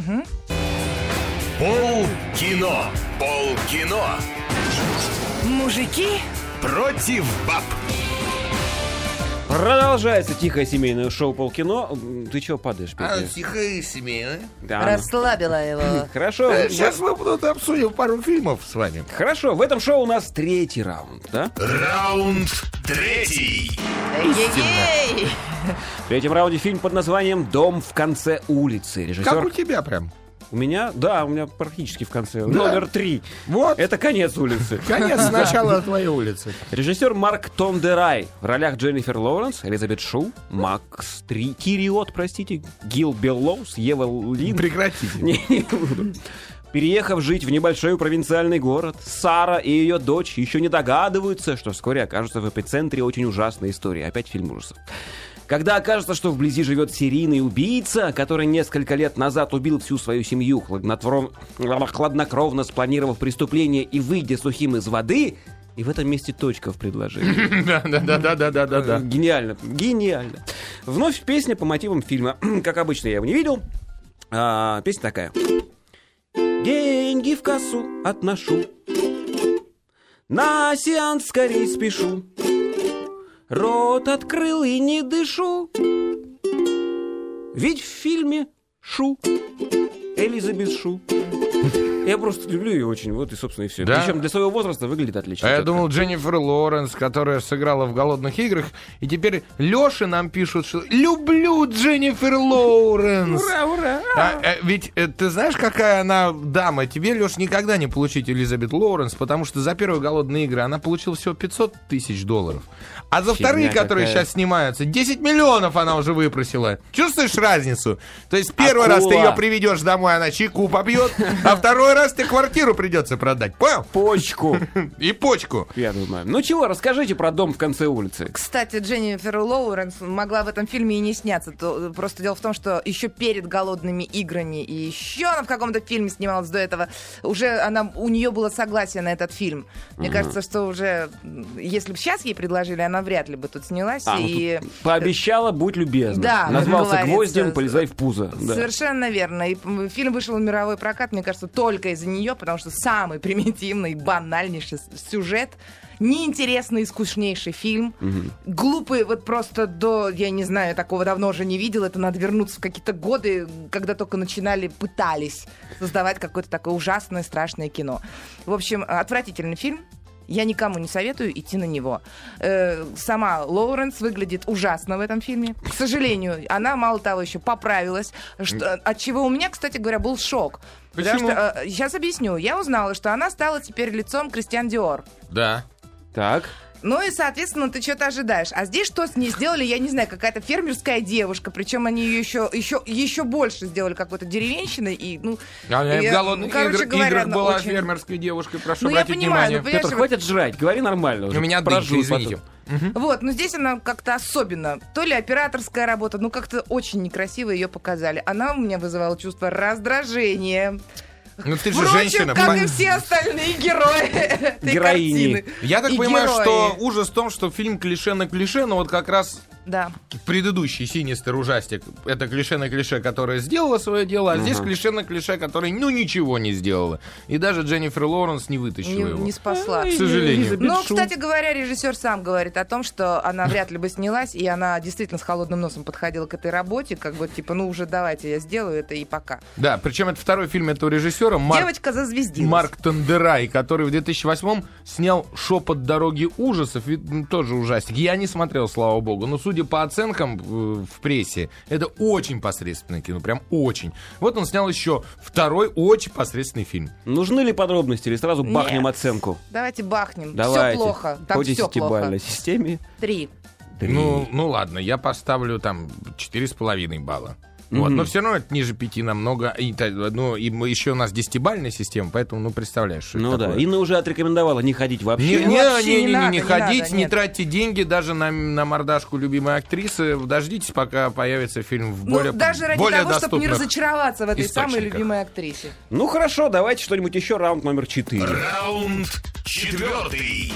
Пол кино. Пол кино. Мужики, Против баб. Продолжается тихое семейное шоу «Полкино». М, Ты чего падаешь, Петя? тихо семейно. Да, ну. расслабила его. Хорошо. Сейчас мы тут обсудим пару фильмов с вами. Хорошо, в этом шоу у нас третий раунд, да? Раунд третий. Эй-ей-ей! В третьем раунде фильм под названием «Дом в конце улицы». Режиссер... Как у тебя прям? У меня? Да, у меня практически в конце. Номер три. Вот. Это конец улицы. Конец начала твоей улицы. Режиссер Марк Тондерай. В ролях Дженнифер Лоуренс, Элизабет Шу, Макс Три... Кириот, простите, Гил Беллоус, Ева Лин. Прекратите. Не, не буду. Переехав жить в небольшой провинциальный город, Сара и ее дочь еще не догадываются, что вскоре окажутся в эпицентре очень ужасной истории. Опять фильм ужасов. Когда окажется, что вблизи живет серийный убийца, который несколько лет назад убил всю свою семью, хладнотворно- хладнокровно спланировав преступление и выйдя сухим из воды, и в этом месте точка в предложении. Да-да-да-да-да-да. Гениально, гениально. Вновь песня по мотивам фильма. Как обычно, я его не видел. А, песня такая. Деньги в кассу отношу, на сеанс скорей спешу, рот открыл и не дышу, ведь в фильме Шу, Элизабет Шу. Я просто люблю ее очень, вот и, собственно, и все. Да? Причем для своего возраста выглядит отлично. А я Чётко. думал, Дженнифер Лоуренс, которая сыграла в «Голодных играх», и теперь Лёша нам пишут, что «люблю Дженнифер Лоуренс». Ура, ура! А, э, ведь э, ты знаешь, какая она дама? Тебе, Леш, никогда не получить Элизабет Лоуренс, потому что за первые «Голодные игры» она получила всего пятьсот тысяч долларов. А за Фигня вторые, которые какая. сейчас снимаются, десять миллионов она уже выпросила. Чувствуешь разницу? То есть первый раз ты Акула. ее приведешь домой, она чайку попьет, а второй раз раз тебе квартиру придется продать, понял? Почку. И почку. Я думаю. Ну чего, расскажите про дом в конце улицы. Кстати, Дженнифер Лоуренс могла в этом фильме и не сняться. То, просто дело в том, что еще перед «Голодными играми» и еще она в каком-то фильме снималась до этого, уже она, у нее было согласие на этот фильм. Мне mm-hmm. кажется, что уже, если бы сейчас ей предложили, она вряд ли бы тут снялась. А, и... ну, пообещала, будь любезна. Да, назвался гвоздем, полезай в пузо. Да. Совершенно верно. И фильм вышел в мировой прокат, мне кажется, только из-за нее, потому что самый примитивный, банальнейший сюжет, неинтересный и скучнейший фильм. Угу. Глупый, вот просто до, я не знаю, такого давно уже не видел. Это надо вернуться в какие-то годы, когда только начинали, пытались создавать какое-то такое ужасное, страшное кино. В общем, отвратительный фильм. Я никому не советую идти на него. Э, сама Лоуренс выглядит ужасно в этом фильме. К сожалению, она, мало того, еще поправилась. Что, от чего у меня, кстати говоря, был шок. Почему? Потому что, э, сейчас объясню. Я узнала, что она стала теперь лицом Кристиан Диор. Да. Так. Ну и, соответственно, ты что-то ожидаешь. А здесь что с ней сделали, я не знаю, какая-то фермерская девушка. Причем они ее еще, еще, еще больше сделали какой-то деревенщиной. И, ну, а и, в «Голодных короче игр, говоря, играх» была очень... фермерской девушкой, прошу ну, обратить я понимаю, внимание. ну, понимаешь, Петр, хватит жрать, говори нормально уже. У меня дымка, извините. Угу. Вот, но здесь она как-то особенно. То ли операторская работа, ну как-то очень некрасиво ее показали. Она у меня вызывала чувство раздражения. Ну ты же Впрочем, женщина. как и все остальные герои этой Героини. картины. Я так И понимаю, герои. что ужас в том, что фильм клише на клише, но вот как раз Да. предыдущий «Синистер ужастик» — это клише на клише, которое сделало свое дело, а здесь клише на клише, которое, ну, ничего не сделало. И даже Дженнифер Лоуренс не вытащила Не, его. не спасла. К сожалению. Ну, кстати говоря, режиссер сам говорит о том, что она вряд ли бы снялась, и она действительно с холодным носом подходила к этой работе, как бы, типа, ну, уже давайте, я сделаю это, и пока. Да, причем это второй фильм этого режиссера, Марк, Девочка зазвездилась. Марк Тандерай, который в две тысячи восьмом снял «Шепот дороги ужасов», и, ну, тоже ужастик. Я не смотрел, слава богу, но, судя по оценкам в, в прессе, это очень посредственное кино, прям очень. Вот он снял еще второй очень посредственный фильм. Нужны ли подробности или сразу Нет. бахнем оценку? Давайте бахнем. Давайте. Все плохо. По Там все плохо. десятибалльной системе. Три. Три. Ну, ну ладно, я поставлю там четыре с половиной балла. Вот, Мгм. но все равно это ниже пяти намного. И, та- ну, и мы- еще у нас десятибалльная система, поэтому, ну, представляешь, что Ну это да, такое. Инна уже отрекомендовала не ходить Не, вообще. не, вообще не, не не, не, надо, не не ходить, надо, не нет. тратьте деньги даже на, на мордашку любимой актрисы. Дождитесь, пока появится фильм в Ну, более, даже ради более того, чтобы не доступных. разочароваться в этой самой источниках. любимой актрисе. Ну хорошо, давайте что-нибудь еще, раунд номер четыре. Раунд четвертый.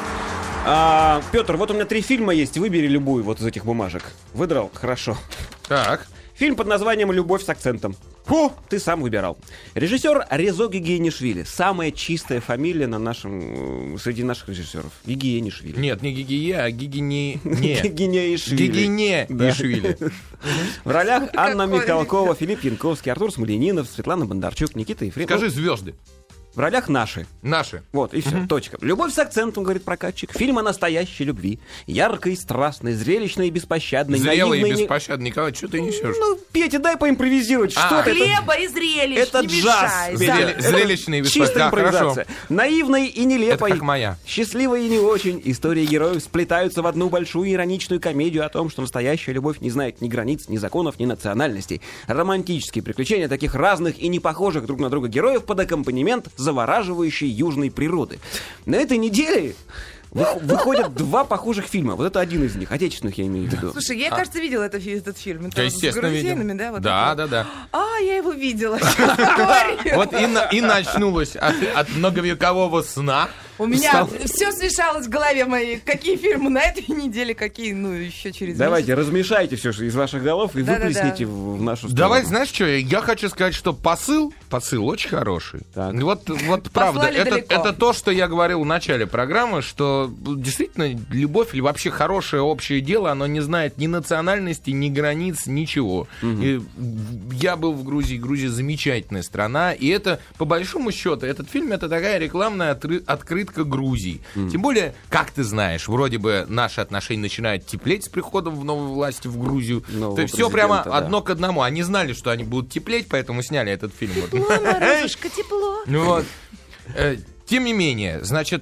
А, Петр, вот у меня три фильма есть, выбери любую вот из этих бумажек. Выдрал? Хорошо. Так. Фильм под названием «Любовь с акцентом». Фу, ты сам выбирал. Режиссер Резо Гигиенишвили. Самая чистая фамилия на нашем, э, среди наших режиссеров. Гигиенишвили. Нет, не Гигие, а Гигини... Не. Гигинеишвили. Гигине Да. Ишвили. В ролях Анна Какой Михалкова, Филипп Янковский, Артур Смольянинов, Светлана Бондарчук, Никита Ефремов. Скажи звезды. В ролях наши. Наши. Вот, и все, точка. «Любовь с акцентом», говорит прокатчик. Фильм о настоящей любви. Яркой и страстной, зрелищной и беспощадной. Зрелый и наивной, не- беспощадный. Николай, что ты несешь? Ну, Петя, дай поимпровизировать. А. Что ты? это- Хлеба и зрелищ, Это не джаз. мешай. Зрели- да. Это зрелищный и чистая беспощадный. Да, импровизация. хорошо. Наивной и нелепой. Это как моя. Счастливой и не очень. Истории героев сплетаются в одну большую ироничную комедию о том, что настоящая любовь не знает ни границ, ни законов, ни национальностей. Романтические приключения таких разных и не похожих друг на друга героев под аккомпанемент завораживающей южной природы. На этой неделе вы- выходят два похожих фильма. Вот это один из них. Отечественных, я имею в виду. Слушай, я, кажется, видела это, фи- этот фильм. Это Да, с естественно, грузинами, видел. да? Вот Да, это? да, да. А, я его видела. Говорила. Вот и, на- и начнулось от, от многовекового сна. У меня Стал- все смешалось в голове моей. Какие фильмы на этой неделе, какие, ну, еще через Давайте, месяц. размешайте все из ваших голов и Да-да-да. выплесните в, в нашу сторону. Давай, знаешь что, я хочу сказать, что посыл, посыл очень хороший. Так. Вот, вот правда, Послали это, далеко. это то, что я говорил в начале программы, что действительно любовь или вообще хорошее общее дело, оно не знает ни национальности, ни границ, ничего. И я был в Грузии, Грузия замечательная страна, и это, по большому счету, этот фильм это такая рекламная отры- открытка Грузии. Тем более, как ты знаешь, вроде бы наши отношения начинают теплеть с приходом в новой власти в Грузию. Нового То есть все прямо президента, да. одно к одному. Они знали, что они будут теплеть, поэтому сняли этот фильм. Вот. О, морозушка, тепло. Ну вот. Э, Тем не менее, значит,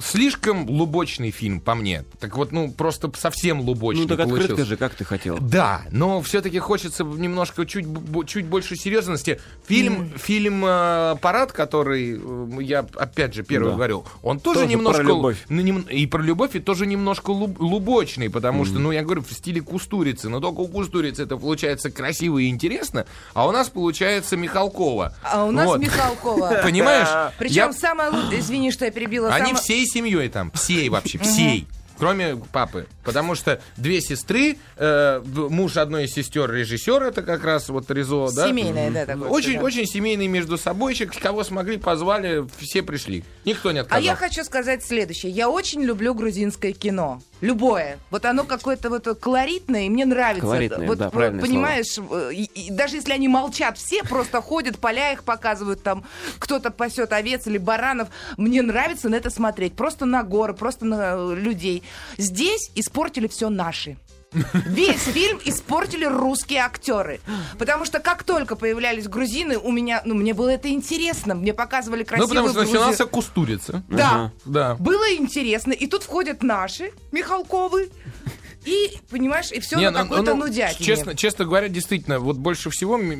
слишком лубочный фильм, по мне. Так вот, ну, просто совсем лубочный Ну, так получился. открытка же, как ты хотел. Да, но все-таки хочется немножко, чуть, б- чуть больше серьезности. Фильм, mm. фильм э, «Парад», который э, я, опять же, первый Да. говорил, он тоже, Тоже немножко... про любовь. ну, нем- и про любовь, и тоже немножко луб- лубочный, потому mm. что, ну, я говорю, в стиле Кустурицы, но только у Кустурицы это получается красиво и интересно, а у нас получается Михалкова. А у нас Вот. Михалкова. Понимаешь? Причем Я- самое лучшее, извини, что я перебила. Они самое- всей семьей там, всей вообще, всей. Кроме папы. Потому что две сестры, э, муж одной из сестер режиссер, это как раз вот Ризо, да? Семейное, да, такое. Очень, всё, да. очень семейный между собойчик. Кого смогли, позвали, все пришли. Никто не А отказал. я хочу сказать следующее. Я очень люблю грузинское кино. Любое. Вот оно какое-то вот колоритное, и мне нравится. Колоритное, вот, да, вот, правильное понимаешь, э, и- и даже если они молчат, все просто ходят, поля их показывают, там кто-то пасет овец или баранов. Мне нравится на это смотреть. Просто на горы, просто на э, людей. Здесь испортили все наши. Весь фильм испортили русские актеры. Потому что как только появлялись грузины, у меня, ну, мне было это интересно. Мне показывали Ну, красивую потому что Грузию. начинался Кустурица. Да. Ага. Да. Было интересно. И тут входят наши Михалковы. И, понимаешь, и все Не, на ну, какой-то ну, нудятине. честно, честно говоря, действительно, вот больше всего м-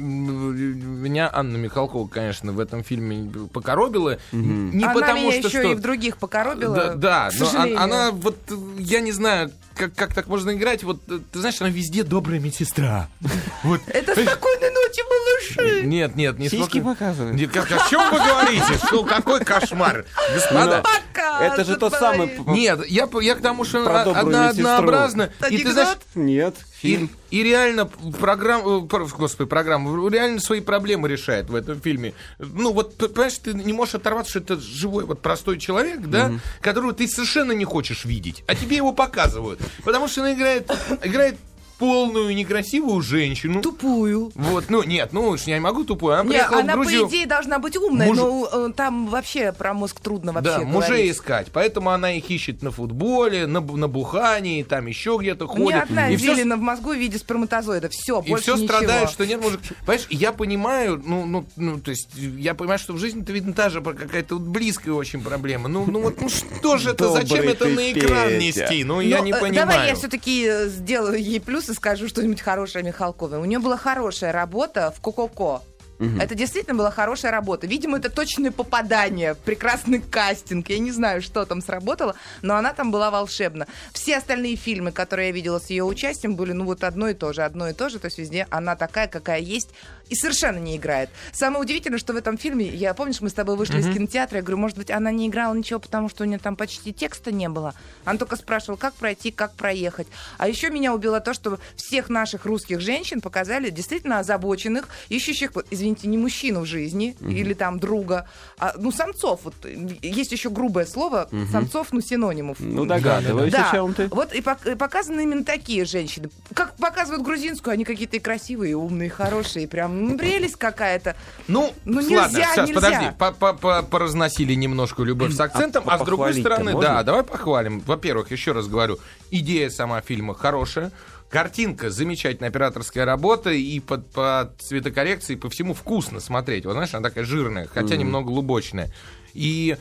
м- меня Анна Михалкова, конечно, в этом фильме покоробила. Не Она потому меня что еще что... и в других покоробила. Да, да, к но сожалению. он- она вот, э, я не знаю, как, как так можно играть, вот, э, ты знаешь, она везде добрая медсестра. Вот. Это «Спокойной ночи, малыши». Нет, нет, не Сиськи сколько- показывают. Нет, как, о чем вы говорите? Что, какой кошмар? Господа. Пока. Это же тот самый... Нет, я, я к тому, что Про она добрую одна- медсестру. однообразна. И ты Анекдот? знаешь, Нет, и, фильм. и реально программу, господи, программу, реально свои проблемы решает в этом фильме. Ну вот, п- понимаешь, ты не можешь оторваться, что это живой, вот простой человек, да, которого ты совершенно не хочешь видеть, а тебе его показывают. Потому что он играет, играет полную некрасивую женщину. Тупую. Вот, ну нет, ну уж я не могу тупую. Она Не, приехала она, в Грузию. по идее, должна быть умной, Муж- но э, там вообще про мозг трудно вообще Да, говорить. мужей искать. Поэтому она их ищет на футболе, на, бу- на бухании, там еще где-то У меня ходит. одна и всё извилина в мозгу в виде сперматозоида. Все, И больше все ничего. страдает, что нет мужика. Понимаешь, я понимаю, ну, ну, ну, то есть, я понимаю, что в жизни-то, видно, та же какая-то вот близкая очень проблема. Ну, ну вот, ну что же это, Добрый зачем это ты, на экран Петя. нести? Ну, я Ну, не э, понимаю. Давай я все-таки сделаю ей плюс и скажу что-нибудь хорошее о Михалковой. У нее была хорошая работа в «Ко-ко-ко». Это действительно была хорошая работа. Видимо, это точное попадание, прекрасный кастинг. Я не знаю, что там сработало, но она там была волшебна. Все остальные фильмы, которые я видела с ее участием, были ну вот одно и то же, одно и то же. То есть везде она такая, какая есть, и совершенно не играет. Самое удивительное, что в этом фильме, я помнишь, мы с тобой вышли из кинотеатра, я говорю, может быть, она не играла ничего, потому что у нее там почти текста не было. Она только спрашивала, как пройти, как проехать. А еще меня убило то, что всех наших русских женщин показали действительно озабоченных, ищущих, вот, извините, не мужчину в жизни mm-hmm. или там друга, а ну самцов. Вот есть еще грубое слово mm-hmm. самцов, ну синонимов. Ну догадываюсь, да. о чем ты. Вот и, пок- и показаны именно такие женщины. Как показывают грузинскую, они какие-то и красивые, и умные, и хорошие, прям ну, прелесть какая-то. Ну, Ну, ладно, нельзя, сейчас, нельзя. подожди, по- по- по- поразносили немножко любовь с акцентом, а, А с другой похвалить-то стороны, можно? да, давай похвалим. Во-первых, еще раз говорю, идея сама фильма хорошая, картинка замечательная, операторская работа, и под, по цветокоррекции, по всему вкусно смотреть. Вот знаешь, она такая жирная, хотя mm-hmm. немного глубочная. И...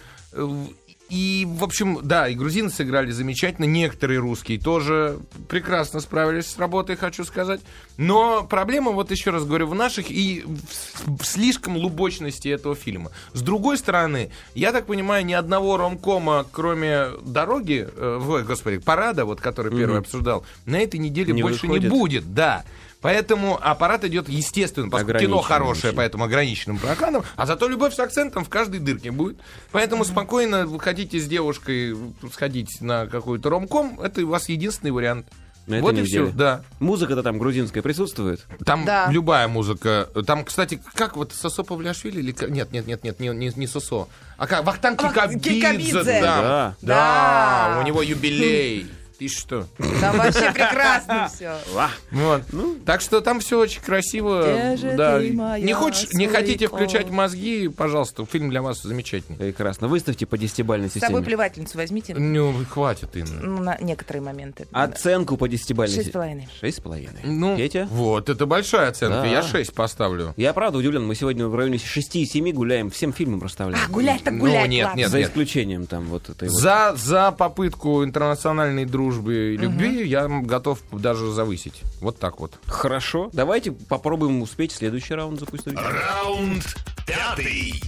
И, в общем, да, и грузины сыграли замечательно, некоторые русские тоже прекрасно справились с работой, хочу сказать. Но проблема, вот еще раз говорю, в наших и в, в слишком лубочности этого фильма. С другой стороны, я так понимаю, ни одного ромкома, кроме «Дороги», э, ой, господи, «Парада», вот, который первый mm-hmm. обсуждал, на этой неделе не больше выходит. Не будет, да. Поэтому аппарат идет естественно, поскольку кино хорошее, очень. Поэтому ограниченным прокатом, а зато любовь с акцентом в каждой дырке будет. Поэтому mm-hmm. спокойно вы хотите с девушкой сходить на какой-то ромком, это у вас единственный вариант. На вот и неделе. все, да. Музыка-то там грузинская присутствует? Там да. любая музыка. Там, кстати, как вот Сосо Павлиашвили или... Нет, нет, нет, нет, не, не, не Сосо. А как? Вахтанг Кикабидзе. Кикабидзе. Да. Да. Да. У него юбилей. Ты что? Там вообще прекрасно все. Вот. Ну, так что там все очень красиво. Где же Да. ты, моя Не хочешь, не хотите Сурико? включать мозги, пожалуйста, фильм для вас замечательный. Прекрасно. Выставьте по десятибалльной С собой системе. плевательницу возьмите. Ну, хватит, Инна. Ну, на некоторые моменты. Оценку по десятибалльной Шесть с системе. половиной. Шесть с половиной. Ну, Петя? вот, это большая оценка. Да. Я шесть поставлю. Я правда удивлен, мы сегодня в районе шести-семи гуляем, всем фильмам расставляем. А, гулять так Ну, гулять, нет, ладно. нет. За исключением там вот этой вот. За, за попытку интернациональной дружбы и любви я готов даже завысить. Вот так вот. Хорошо, давайте попробуем успеть следующий раунд запустить. Раунд пятый.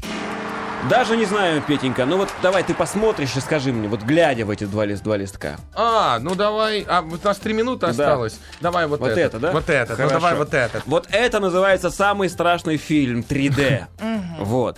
Даже не знаю, Петенька, ну вот давай ты посмотришь и скажи мне, вот глядя в эти два, лист, два листка. А, ну давай. А, вот у нас три минуты осталось. Давай вот, Вот это. это, да? Вот это. Хорошо. Ну давай вот это. Вот это называется самый страшный фильм три дэ. Вот.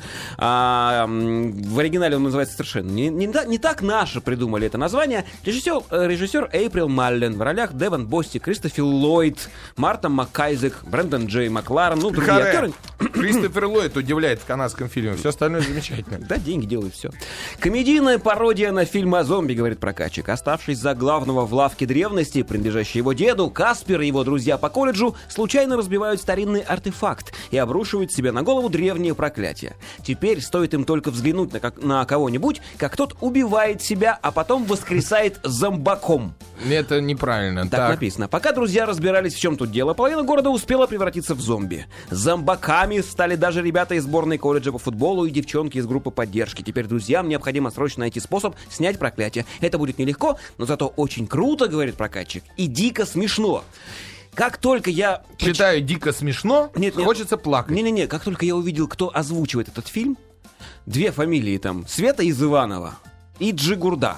А, м, в оригинале он называется совершенно не, не, та- не так наши придумали это название. Режиссер, э, режиссер Эйприл Маллен. В ролях Деван Босси, Кристофер Ллойд, Марта МакКайзек, Брэндон Джей Макларен. Ну, другие Харе. актеры. Кристофер Ллойд удивляет в канадском фильме. Все остальное замечательно. Да, деньги делают все. Комедийная пародия на фильм о зомби, говорит прокатчик. Оставшись за главного в лавке древности, принадлежащей его деду, Каспер и его друзья по колледжу случайно разбивают старинный артефакт и обрушивают себе на голову древние проклятия. Теперь стоит им только взглянуть на, как- на кого-нибудь, как тот убивает себя, а потом воскресает зомбаком. Это неправильно. Так, написано. Пока друзья разбирались, в чем тут дело, половина города успела превратиться в зомби. Зомбаками стали даже ребята из сборной колледжа по футболу и девчонки из группы поддержки. Теперь друзьям необходимо срочно найти способ снять проклятие. Это будет нелегко, но зато очень круто, говорит прокатчик, и дико смешно. Как только я... Читаю дико смешно, Нет, нет. хочется плакать. Не-не-не, как только я увидел, кто озвучивает этот фильм, две фамилии там, Света из Иванова и Джигурда.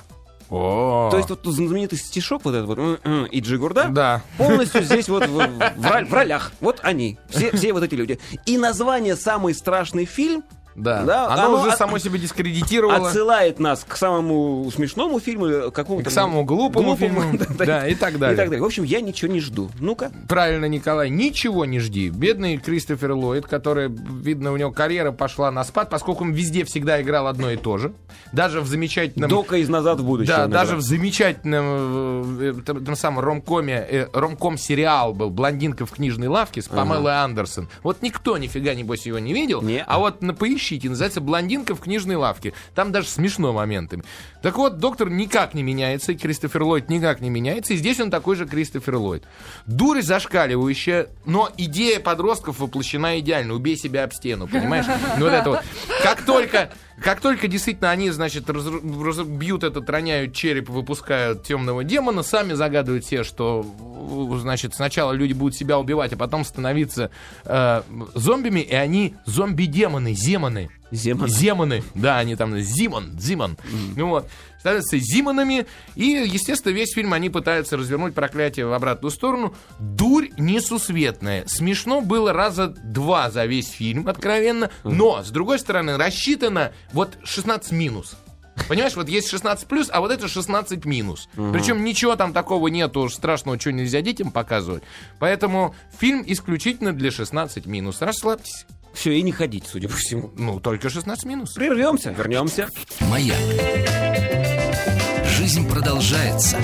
О. То есть вот знаменитый стишок вот этот вот «м-м» и Джигурда Да. полностью здесь вот в, в роль- в ролях. Вот они, все, все вот эти люди. И название «Самый страшный фильм» Да. Да, оно, оно уже от- само себя дискредитировало. отсылает нас к самому смешному фильму, к какому-то... К самому глупому фильму, да, и так далее. И так далее. В общем, я ничего не жду. Ну-ка. Правильно, Николай, ничего не жди. Бедный Кристофер Ллойд, который, видно, у него карьера пошла на спад, поскольку он везде всегда играл одно и то же. Даже в замечательном... Дока из «Назад в будущее». Да, он даже играл. в замечательном э, там, там самом ромкоме, э, ромком-сериал был «Блондинка в книжной лавке» с Памелой Андерсон. Вот никто нифига, небось, его не видел. Не. А вот на, поищите, называется «Блондинка в книжной лавке». Там даже смешно моментами. Так вот, доктор никак не меняется, и Кристофер Ллойд никак не меняется, и здесь он такой же Кристофер Ллойд. Дурь зашкаливающая, но идея подростков воплощена идеально. Убей себя об стену, понимаешь? Ну вот это вот. Как только... Как только действительно они, значит, разру- разобьют этот, роняют череп, выпускают темного демона, сами загадывают все, что, значит, сначала люди будут себя убивать, а потом становиться э, зомбими, и они зомби-демоны, земоны. Земаны. Земаны, да, они там, Зимон, Зимон. Ну вот, становятся Зимонами, и, естественно, весь фильм они пытаются развернуть проклятие в обратную сторону. Дурь несусветная. Смешно было раза два за весь фильм, откровенно, но, с другой стороны, рассчитано вот шестнадцать минус. Понимаешь, вот есть шестнадцать плюс, а вот это шестнадцать минус. Причем ничего там такого нету страшного, что нельзя детям показывать. Поэтому фильм исключительно для шестнадцать минус. Расслабьтесь. Все, и не ходить, судя по всему. Ну, только шестнадцать минус. Прервемся, вернемся. Маяк. Жизнь продолжается.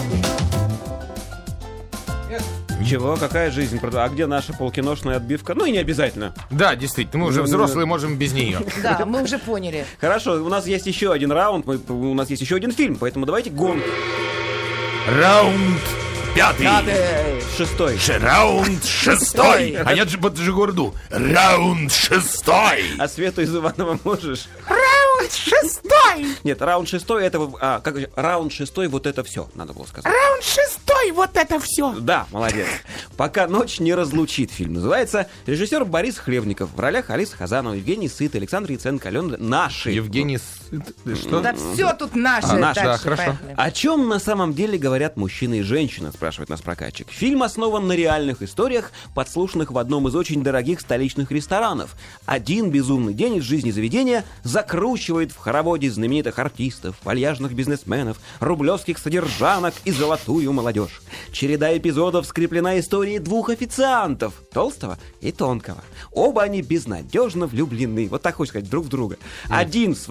Чего? Какая жизнь? А где наша полкиношная отбивка? Ну и не обязательно. Да, действительно, мы уже взрослые, можем без нее. Да, мы уже поняли. Хорошо, у нас есть еще один раунд, мы- у нас есть еще один фильм, поэтому давайте гон. Раунд пятый. Шестой. Ш- Раунд шестой. А я же под Жигурду. Раунд шестой. А Свету из Иванова можешь? Раунд шестой! Нет, раунд шестой это... А, как же? Раунд шестой вот это все, надо было сказать. Раунд шестой, вот это все! Да, молодец. «Пока ночь не разлучит» фильм называется. Режиссер Борис Хлебников. В ролях Алиса Хазанова, Евгений Сыт, Александр Яценко, Алена Наши. Евгений... С- Что? Да все тут наше. А, наше, Дальше, да, хорошо. поехали. О чем на самом деле говорят мужчина и женщина, спрашивает нас прокатчик. Фильм основан на реальных историях, подслушанных в одном из очень дорогих столичных ресторанов. Один безумный день из жизни заведения закручивает в хороводе знаменитых артистов, вальяжных бизнесменов, рублевских содержанок и золотую молодежь. Череда эпизодов скреплена историей двух официантов, толстого и тонкого. Оба они безнадежно влюблены, вот так хочется сказать, друг в друга. Один в свою жену,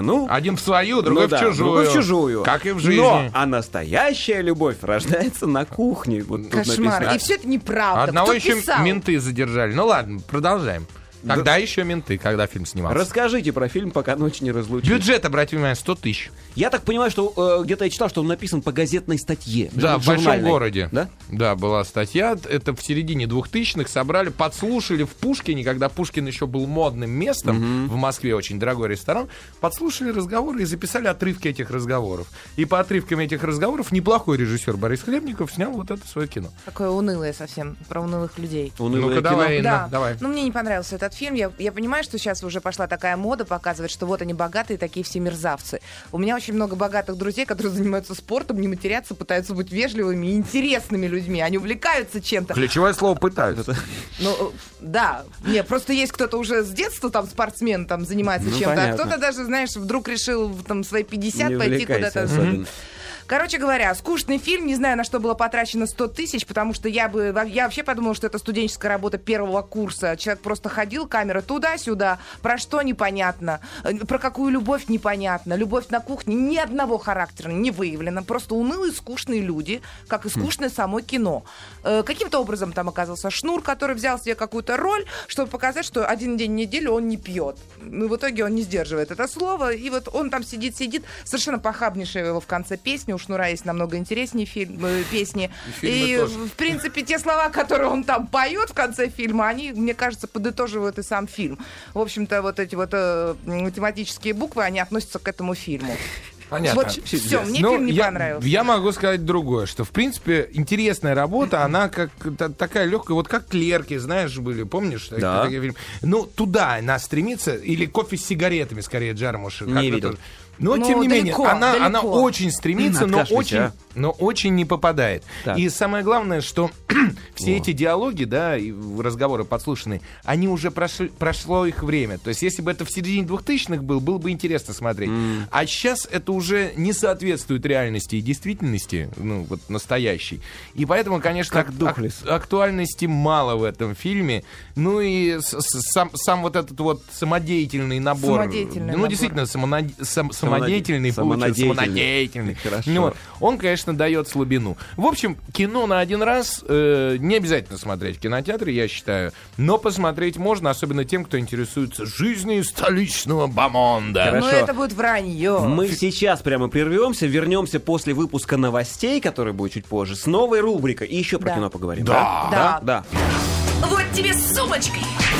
жену. Один в свою, другой Ну в да, чужую. другой в чужую. Как и в жизни. Но, а настоящая любовь рождается на кухне. Вот тут Кошмар. написано. И все это неправда. Одного Кто еще писал? менты задержали. Ну ладно, продолжаем. Когда еще менты, когда фильм снимался? Расскажите про фильм, пока ночь не разлучит. Бюджет, обратите внимание, сто тысяч. Я так понимаю, что э, где-то я читал, что он написан по газетной статье. Да, в большом журнальной. городе. Да? Да, была статья. Это в середине двухтысячных собрали, подслушали в Пушкине, когда Пушкин еще был модным местом, в Москве очень дорогой ресторан, подслушали разговоры и записали отрывки этих разговоров. И по отрывкам этих разговоров неплохой режиссер Борис Хлебников снял вот это свое кино. Такое унылое совсем, про унылых людей. Унылое Ну-ка, кино. давай, Инна, Да, давай. ну мне не понравился этот фильм. Я, я понимаю, что сейчас уже пошла такая мода показывать, что вот они богатые, такие все мерзавцы. У меня очень много богатых друзей, которые занимаются спортом, не матерятся, пытаются быть вежливыми и интересными людьми. Они увлекаются чем-то. Ключевое слово «пытаются». Ну, да. Не, просто есть кто-то уже с детства там спортсмен там занимается Ну, чем-то, понятно. а кто-то даже, знаешь, вдруг решил в там свои пятьдесят Не пойти увлекайся куда-то. особенно. Короче говоря, скучный фильм, не знаю, на что было потрачено сто тысяч, потому что я бы, я вообще подумала, что это студенческая работа первого курса. Человек просто ходил, камера туда-сюда, про что непонятно, про какую любовь непонятно. Любовь на кухне ни одного характера не выявлена, просто унылые, скучные люди, как и скучное само кино. Э, каким-то образом там оказался Шнур, который взял себе какую-то роль, чтобы показать, что один день в неделю он не пьет. Ну, в итоге он не сдерживает это слово, и вот он там сидит-сидит, совершенно похабнейшая его в конце песни. У Шнура есть намного интереснее фильм, э, песни. И фильмы И, тоже. в принципе, те слова, которые он там поет в конце фильма, они, мне кажется, подытоживают и сам фильм. В общем-то, вот эти вот э, математические буквы, они относятся к этому фильму. Понятно. Вот все, мне Ну, фильм не я, понравился. Я могу сказать другое, что, в принципе, интересная работа, она как та- такая легкая, вот как «Клерки», знаешь, были, помнишь? Да. Такие фильмы? Ну, туда она стремится, или «Кофе с сигаретами», скорее, Джармуша. Не как бы видел. тоже. Но, Ну, тем не далеко, менее, она, она далеко. очень стремится, но Откашляйте, очень, а. но очень не попадает. Так. И самое главное, что все эти диалоги, да, и разговоры подслушанные, они уже прошли, прошло их время. То есть, если бы это в середине двухтысячных был, было бы интересно смотреть. А сейчас это уже не соответствует реальности и действительности, ну, вот настоящей. И поэтому, конечно, Как ак- Духлес. ак- актуальности мало в этом фильме. Ну и с- с- сам, сам вот этот вот самодеятельный набор. Самодеятельный ну, набор. действительно, самонад- сам- самодеятельный, получился, Самонадеятельный. самонадеятельный. Хорошо. Ну, вот. Он, конечно, дает слабину. В общем, кино на один раз э, не обязательно смотреть в кинотеатре, я считаю. Но посмотреть можно, особенно тем, кто интересуется жизнью столичного бомонда. Хорошо. Но это будет вранье. Мы сейчас прямо прервемся, вернемся после выпуска новостей, который будет чуть позже, с новой рубрикой. И еще про Да. кино поговорим. Да. Да. Да. Вот тебе с сумочкой,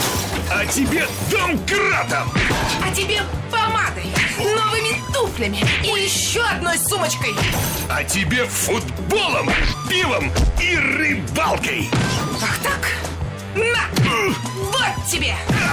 А тебе домкратом! а тебе помадой, новыми туфлями и еще одной сумочкой. А тебе футболом, пивом и рыбалкой! Ах так? На! Вот тебе!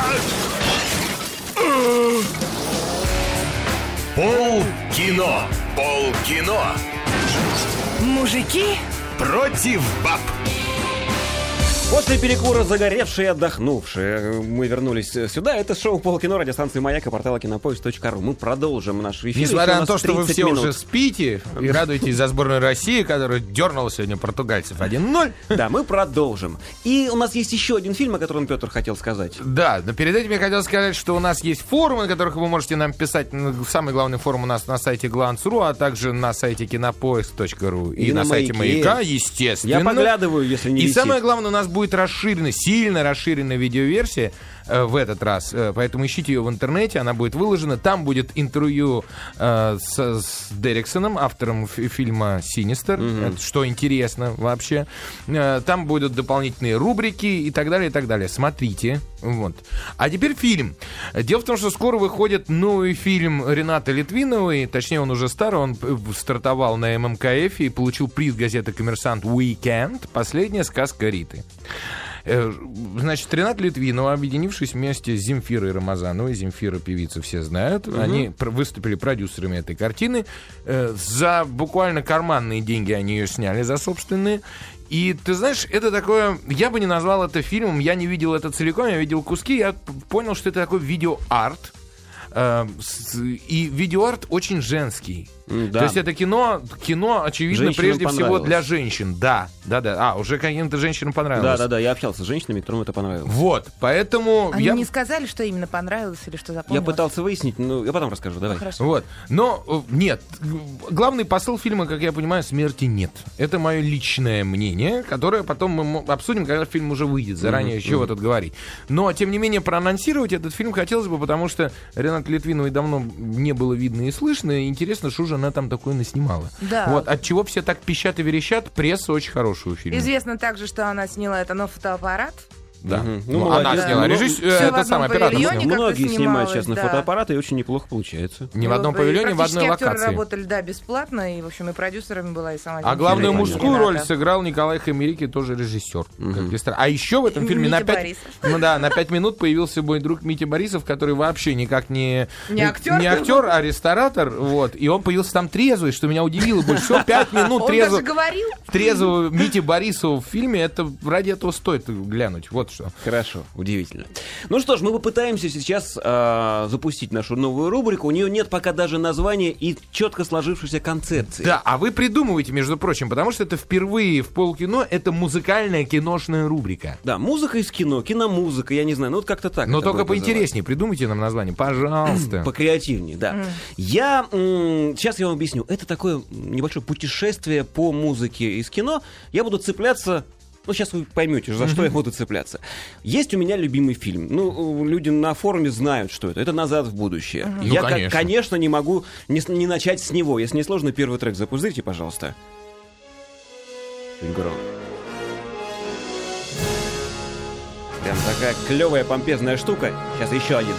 Пол кино. Пол кино. Мужики, Против баб. После перекура загоревшие и отдохнувшие мы вернулись сюда. Это шоу «Полкино», радиостанции «Маяк» и портала кинопоиск точка ру. Мы продолжим наш эфир. Несмотря Еще у на нас то, что вы тридцать все минут. уже спите и радуетесь за сборную России, которая дернула сегодня португальцев один ноль. Да, мы продолжим. И у нас есть еще один фильм, о котором Петр хотел сказать. Да, но перед этим я хотел сказать, что у нас есть форумы, на которых вы можете нам писать. Ну, самый главный форум у нас на сайте гланс точка ру, а также на сайте кинопоиск точка ру и, И на, на сайте Маяке. Маяка, естественно. Я поглядываю, если не И висит. самое главное, у нас будет расширенная, сильно расширенная видеоверсия э, в этот раз. Э, поэтому ищите ее в интернете, она будет выложена. Там будет интервью э, с, с Дерриксоном, автором фи- фильма «Синистер», э, что интересно вообще. Э, там будут дополнительные рубрики и так далее, и так далее. Смотрите. Вот. А теперь фильм. Дело в том, что скоро выходит новый фильм Ренаты Литвиновой. Точнее, он уже старый. Он э, стартовал на эм эм ка эф и получил приз газеты «Коммерсант» «Уикенд». Последняя сказка Риты. Э, Значит, Рената Литвинова, объединившись вместе с Земфирой Рамазановой, Земфира певица, все знают, они пр- выступили продюсерами этой картины. Э, За буквально карманные деньги они ее сняли, за собственные. И ты знаешь, это такое... Я бы не назвал это фильмом, я не видел это целиком, я видел куски, я п- понял, что это такой видеоарт. Э, с- И видеоарт очень женский. Да. То есть это кино, кино, очевидно, Женщинам прежде всего понравилось. для женщин. Да, да, да. А, уже каким-то женщинам понравилось. Да, да, да, я общался с женщинами, которым это понравилось. Вот, поэтому Они я... не сказали, что именно понравилось или что Я запомнилось? пытался выяснить, но я потом расскажу, давай. Хорошо. Вот. Но э, нет, главный посыл фильма, как я понимаю, смерти нет. Это мое личное мнение, которое потом мы мо- обсудим, когда фильм уже выйдет. Заранее Мгм, чего мгм. тут говорить. Но, тем не менее, проанонсировать этот фильм хотелось бы, потому что Ренат Литвиновой давно не было видно и слышно. И интересно, что же она там такое наснимала. Да. Вот, от чего все так пищат и верещат, пресса очень хорошая у фильма. Известно также, что она сняла это на фотоаппарат. Да. Мгм. Ну, Ну, она молодец. сняла. Ну, Режисс... всё э, в это одном самый оператор павильоне. снял. как-то Многие снимают снималось, сейчас на да. фотоаппараты, и очень неплохо получается. Не в одном И павильоне, в одной практически актеры локации. работали, да, бесплатно, и, в общем, и продюсерами была, и сама А главную Понятно. мужскую Рената. роль сыграл Николай Хамерики, тоже режиссер. Мгм. Как ни странно. А еще в этом фильме Митя на пять, Борисов. ну да, на пять минут появился мой друг Митя Борисов, который вообще никак не, Не актер? не актер, а ресторатор. Вот. И он появился там трезвый, что меня удивило больше всего. Пять минут Он трезво, даже говорил. трезвого Мити Борисова в фильме, это ради этого стоит глянуть. Вот что. Хорошо, удивительно. Ну что ж, мы попытаемся сейчас а, запустить нашу новую рубрику. У нее нет пока даже названия и четко сложившейся концепции. Да, а вы придумываете, между прочим, потому что это впервые в полкино, это музыкальная киношная рубрика. Да, музыка из кино, киномузыка, я не знаю, ну вот как-то так. Но это только будет поинтереснее, придумайте нам название, пожалуйста. Покреативнее, да. Я, м, сейчас я вам объясню, это такое небольшое путешествие по музыке из кино. Я буду цепляться... Ну, сейчас вы поймете, за что я буду цепляться. Есть у меня любимый фильм. Ну, люди на форуме знают, что это. Это «Назад в будущее». Ну, Я, ко- конечно. конечно, не могу не, с- не начать с него. Если не сложно, первый трек запустите, пожалуйста. Чуть громко. Прям такая клевая, помпезная штука. Сейчас еще один.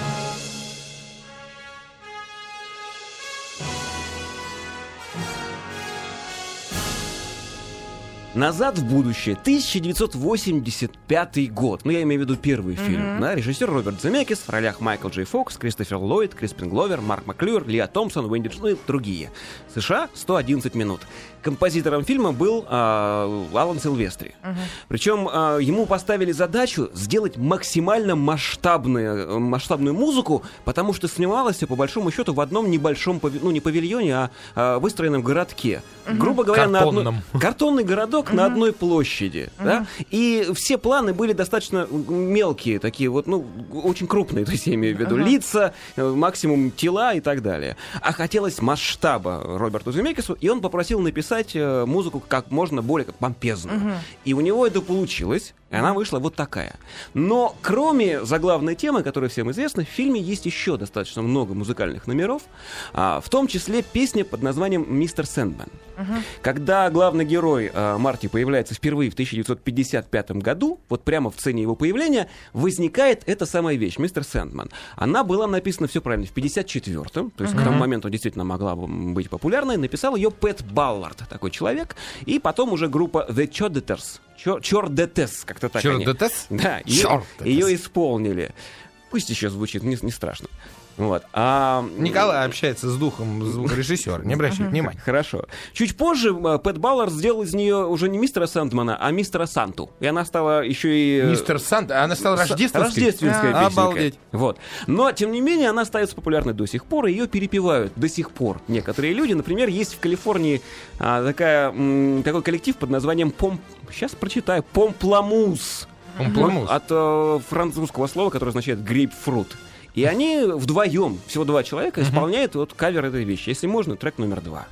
«Назад в будущее», тысяча девятьсот восемьдесят пятый год. Ну, я имею в виду первый фильм. Да? Режиссер Роберт Земекис, в ролях Майкл Джей Фокс, Кристофер Ллойд, Криспин Гловер, Марк Маклюр, Лиа Томпсон, Уэнди Дж- ну и другие. США, сто одиннадцать минут. Композитором фильма был а, Алан Силвестри. Причем а, ему поставили задачу сделать максимально масштабную, масштабную музыку, потому что снималось, по большому счету, в одном небольшом, пави- ну не павильоне, а, а выстроенном городке. Грубо говоря, на одной... Картонном. Картонный городок на одной площади, да? И все планы были достаточно мелкие, такие вот, ну, очень крупные, то есть я имею в виду лица, э, максимум тела и так далее. А хотелось масштаба Роберту Земекису, и он попросил написать э, музыку как можно более помпезную. И у него это получилось, и она вышла вот такая. Но кроме заглавной темы, которая всем известна, в фильме есть еще достаточно много музыкальных номеров, а, в том числе песня под названием «Мистер Сэндман». Когда главный герой э, Марти появляется впервые в тысяча девятьсот пятьдесят пятом году, вот прямо в сцене его появления, возникает эта самая вещь, «Мистер Сэндман». Она была написана, все правильно, в пятьдесят четвёртом, то есть к тому моменту действительно могла бы быть популярной, написал ее Пэт Баллард, такой человек, и потом уже группа The Chordeters, Chordeters, как-то так они. Chordeters? Да, ее, Chordeters. ее исполнили. Пусть еще звучит, не, не страшно. Вот. А, Николай общается с духом звукорежиссера, не обращайте внимания. Хорошо. Чуть позже э, Пэт Баллард сделал из нее уже не мистера Сэндмана, а мистера Санту. И она стала еще и... э, Мистер Санта, она стала с- рождественской. Рождественская А, песенка. обалдеть. Вот. Но, тем не менее, она остается популярной до сих пор, и ее перепевают до сих пор некоторые люди. Например, есть в Калифорнии а, такая, м, такой коллектив под названием Пом... Сейчас прочитаю. Помпламус. Помпламус. От э, французского слова, которое означает грейпфрут. И они вдвоем, всего два человека, исполняют вот кавер этой вещи. Если можно, трек номер два.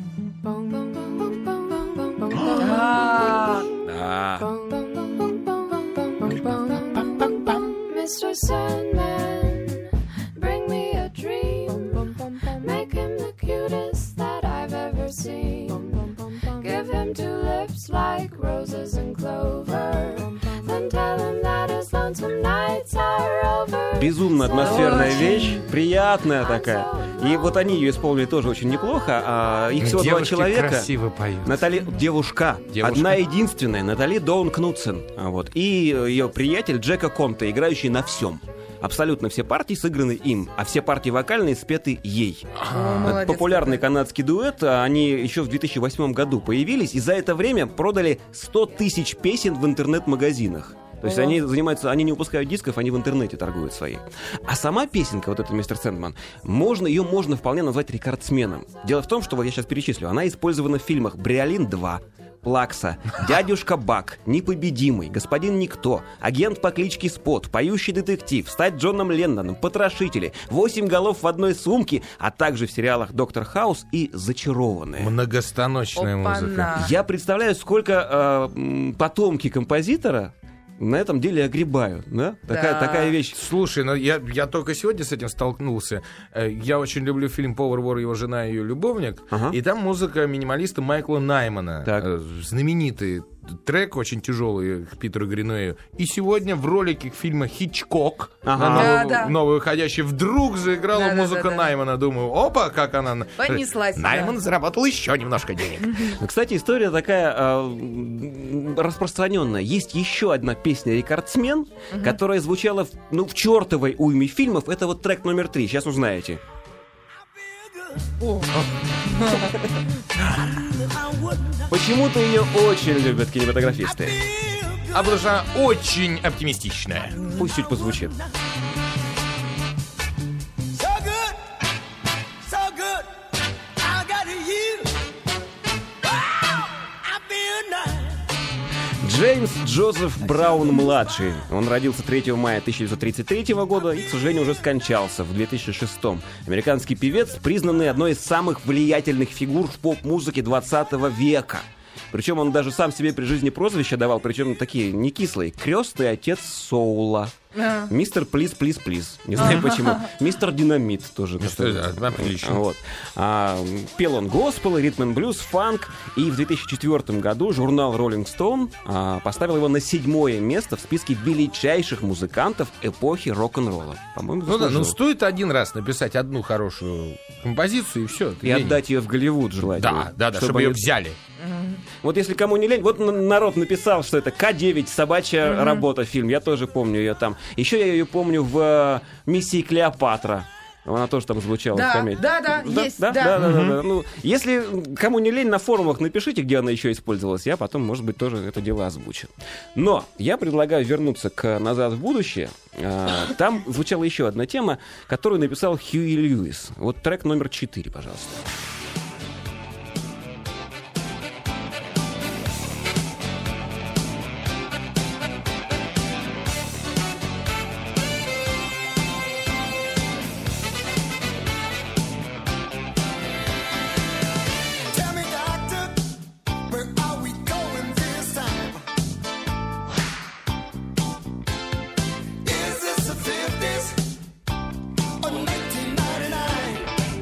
Да. Mister Sandman, bring me a dream. Make him the cutest that I've ever seen. Give him two lips like roses and clover. Then tell him that his lonesome nights are over. Безумно атмосферная вещь, приятная такая. И вот они ее исполнили тоже очень неплохо. А их всего два Девушки человека. красиво поют. Натали, девушка, Девушка. одна единственная, Натали Доун Кнутсен, а вот, и ее приятель Джека Конте, играющий на всем. Абсолютно все партии сыграны им, а все партии вокальные спеты ей. О, Это молодец популярный какой. канадский дуэт, а они еще в две тысячи восьмом году появились, и за это время продали сто тысяч песен в интернет-магазинах. То есть они занимаются, они не выпускают дисков, они в интернете торгуют свои. А сама песенка, вот эта «Мистер Сэндман», можно, ее можно вполне назвать рекордсменом. Дело в том, что вот я сейчас перечислю, она использована в фильмах «Бриолин два», «Плакса», «Дядюшка Бак», «Непобедимый», «Господин Никто», «Агент по кличке Спот», «Поющий детектив», «Стать Джоном Ленноном», «Потрошители», «Восемь голов в одной сумке», а также в сериалах «Доктор Хаус» и «Зачарованные». Многостаночная Опа-на. музыка. Я представляю, сколько э, м, потомки композитора на этом деле огребают, да? Такая, Да. такая вещь. Слушай, ну я, я только сегодня с этим столкнулся. Э, Я очень люблю фильм «Повар, вор, его жена и ее любовник». Ага. И там музыка минималиста Майкла Наймана. Так. Э, Знаменитый трек, очень тяжелый, к Питеру Гринуэю. И сегодня в ролике фильма «Хичкок», Ага. новый, Да, да. новый выходящий, вдруг заиграла Да, да, музыка да, да. Наймана. Думаю, опа, как она... Понеслась, Найман да. заработал еще немножко денег. Ну, кстати, история такая э, м, распространенная. Есть еще одна песня «Рекордсмен», которая звучала в, ну, в чертовой уйме фильмов. Это вот трек номер три. Сейчас узнаете. Почему-то ее очень любят кинематографисты. А потому что она очень оптимистичная. Пусть чуть позвучит. Джеймс Джозеф Браун-младший. Он родился третьего мая тысяча девятьсот тридцать третьего года и, к сожалению, уже скончался в две тысячи шестом. Американский певец, признанный одной из самых влиятельных фигур в поп-музыке двадцатого века. Причем он даже сам себе при жизни прозвища давал, причем такие не кислые. Крестный отец соула. Мистер Плиз, Плиз, Плиз. Не знаю почему. Мистер Динамит тоже. Что это? Отлично. Вот. А, пел он госпел, ритм-н-блюз, фанк. И в две тысячи четвёртом году журнал Rolling Stone а, поставил его на седьмое место в списке величайших музыкантов эпохи рок-н-ролла. По-моему, Ну да, заслужил. ну стоит один раз написать одну хорошую композицию, и все. И отдать ее в Голливуд желательно. Да, да, да, чтобы ее они- взяли. Вот если кому не лень, вот н- народ написал, что это К девять, собачья работа, фильм. Я тоже помню ее там. Еще я ее помню в э, «Миссии Клеопатра». Она тоже там звучала Да, в комедии. да, да, есть, да. да, да, да, да. Ну, если кому не лень, на форумах напишите, где она еще использовалась. Я потом, может быть, тоже это дело озвучу. Но я предлагаю вернуться к «Назад в будущее». А, там звучала еще одна тема, которую написал Хьюи Льюис. Вот трек номер четыре, пожалуйста. Tell me, doctor, where are we going this time? Is this the fifties or nineteen ninety-nine?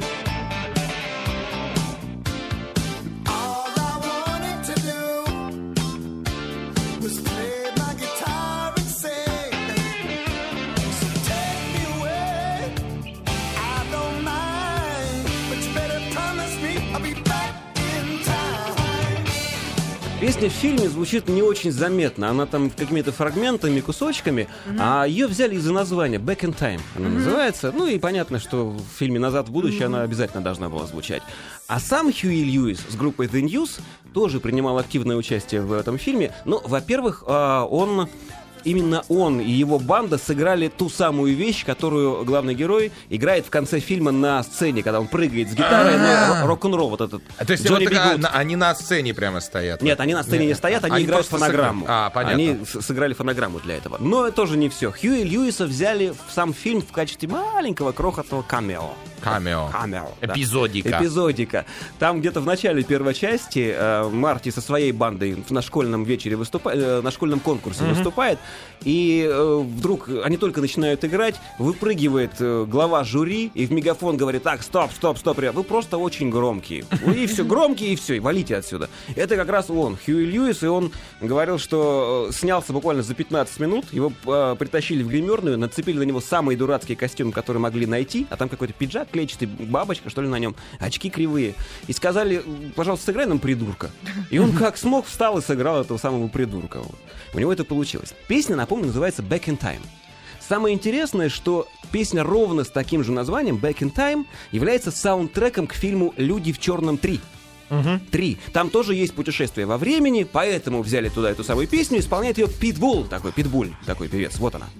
All I wanted to do was play my guitar and sing. So take me away, I don't mind, but you better promise me I'll be back in time. Песня в фильме звучит не очень заметно. Она там какими-то фрагментами, кусочками, а ее взяли из-за названия «Back in Time». Она называется. Ну и понятно, что в фильме «Назад в будущее» она обязательно должна была звучать. А сам Хьюи Льюис с группой The News тоже принимал активное участие в этом фильме. Ну, во-первых, а, он... Именно он и его банда сыграли ту самую вещь, которую главный герой играет в конце фильма на сцене, когда он прыгает с гитарой, ну, рок-н-ролл вот этот. А, то есть Джонни вот Би такая- Гуд. на- они на сцене прямо стоят? Нет, они на сцене не стоят, они, Они играют просто фонограмму. сыграли. А, понятно. Они с- сыграли фонограмму для этого. Но это тоже не все. Хьюи Льюиса взяли в сам фильм в качестве маленького крохотного камео. Камео. Камео, да. Эпизодика. Эпизодика. Там где-то в начале первой части э, Марти со своей бандой на школьном вечере выступает, э, на школьном конкурсе выступает, и э, вдруг они только начинают играть, выпрыгивает э, глава жюри и в мегафон говорит: так, стоп, стоп, стоп, ребят, вы просто очень громкие. И все, громкие, и все, и валите отсюда. Это как раз он, Хьюи Льюис, и он говорил, что э, снялся буквально за пятнадцать минут, его э, притащили в гримерную, нацепили на него самые дурацкие костюмы, которые могли найти, а там какой-то пиджак клетчатый, бабочка, что ли, на нем, очки кривые. И сказали: пожалуйста, сыграй нам придурка. И он как смог встал и сыграл этого самого придурка. Вот. У него это получилось. Песня, напомню, называется «Back in Time». Самое интересное, что песня ровно с таким же названием «Back in Time» является саундтреком к фильму «Люди в черном три». Три. Там тоже есть путешествие во времени, поэтому взяли туда эту самую песню, исполняет ее Питбул, такой Питбуль, такой певец. Вот она.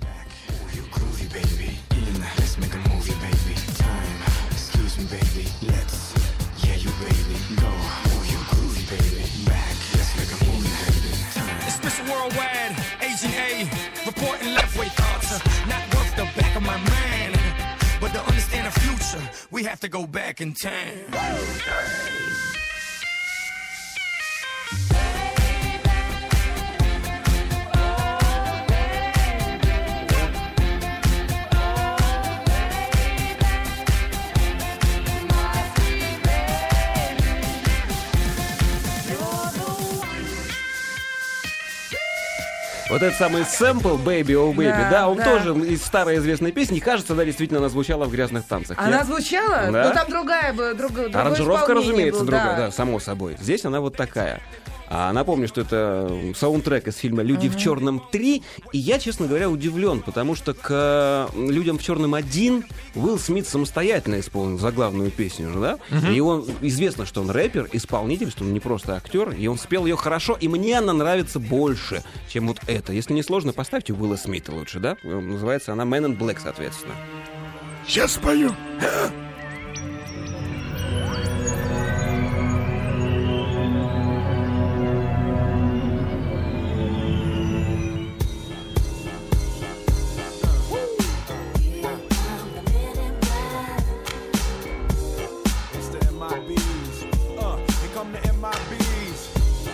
Worldwide, Agent A, reporting left-way thoughts, uh, not worth the back of my mind. But to understand the future, we have to go back in time. Вот этот самый сэмпл «Baby, oh baby», да, Да, он да. тоже из старой известной песни. Кажется, да, действительно, она звучала в «Грязных танцах». Она Нет? звучала? Да. Ну там другая, бы- друг, другое Аранжировка, исполнение разумеется, было, другая, да. да, само собой. Здесь она вот такая. А напомню, что это саундтрек из фильма «Люди в черном три». И я, честно говоря, удивлен, потому что к «Людям в черном один» Уилл Смит самостоятельно исполнил заглавную песню же, да? И он, известно, что он рэпер, исполнитель, что он не просто актер, и он спел ее хорошо, и мне она нравится больше, чем вот это. Если не сложно, поставьте Уилла Смита лучше, да? Называется она «Man in Black», соответственно. Сейчас спою. It's the M I Bs. Uh, here come the M I Bs.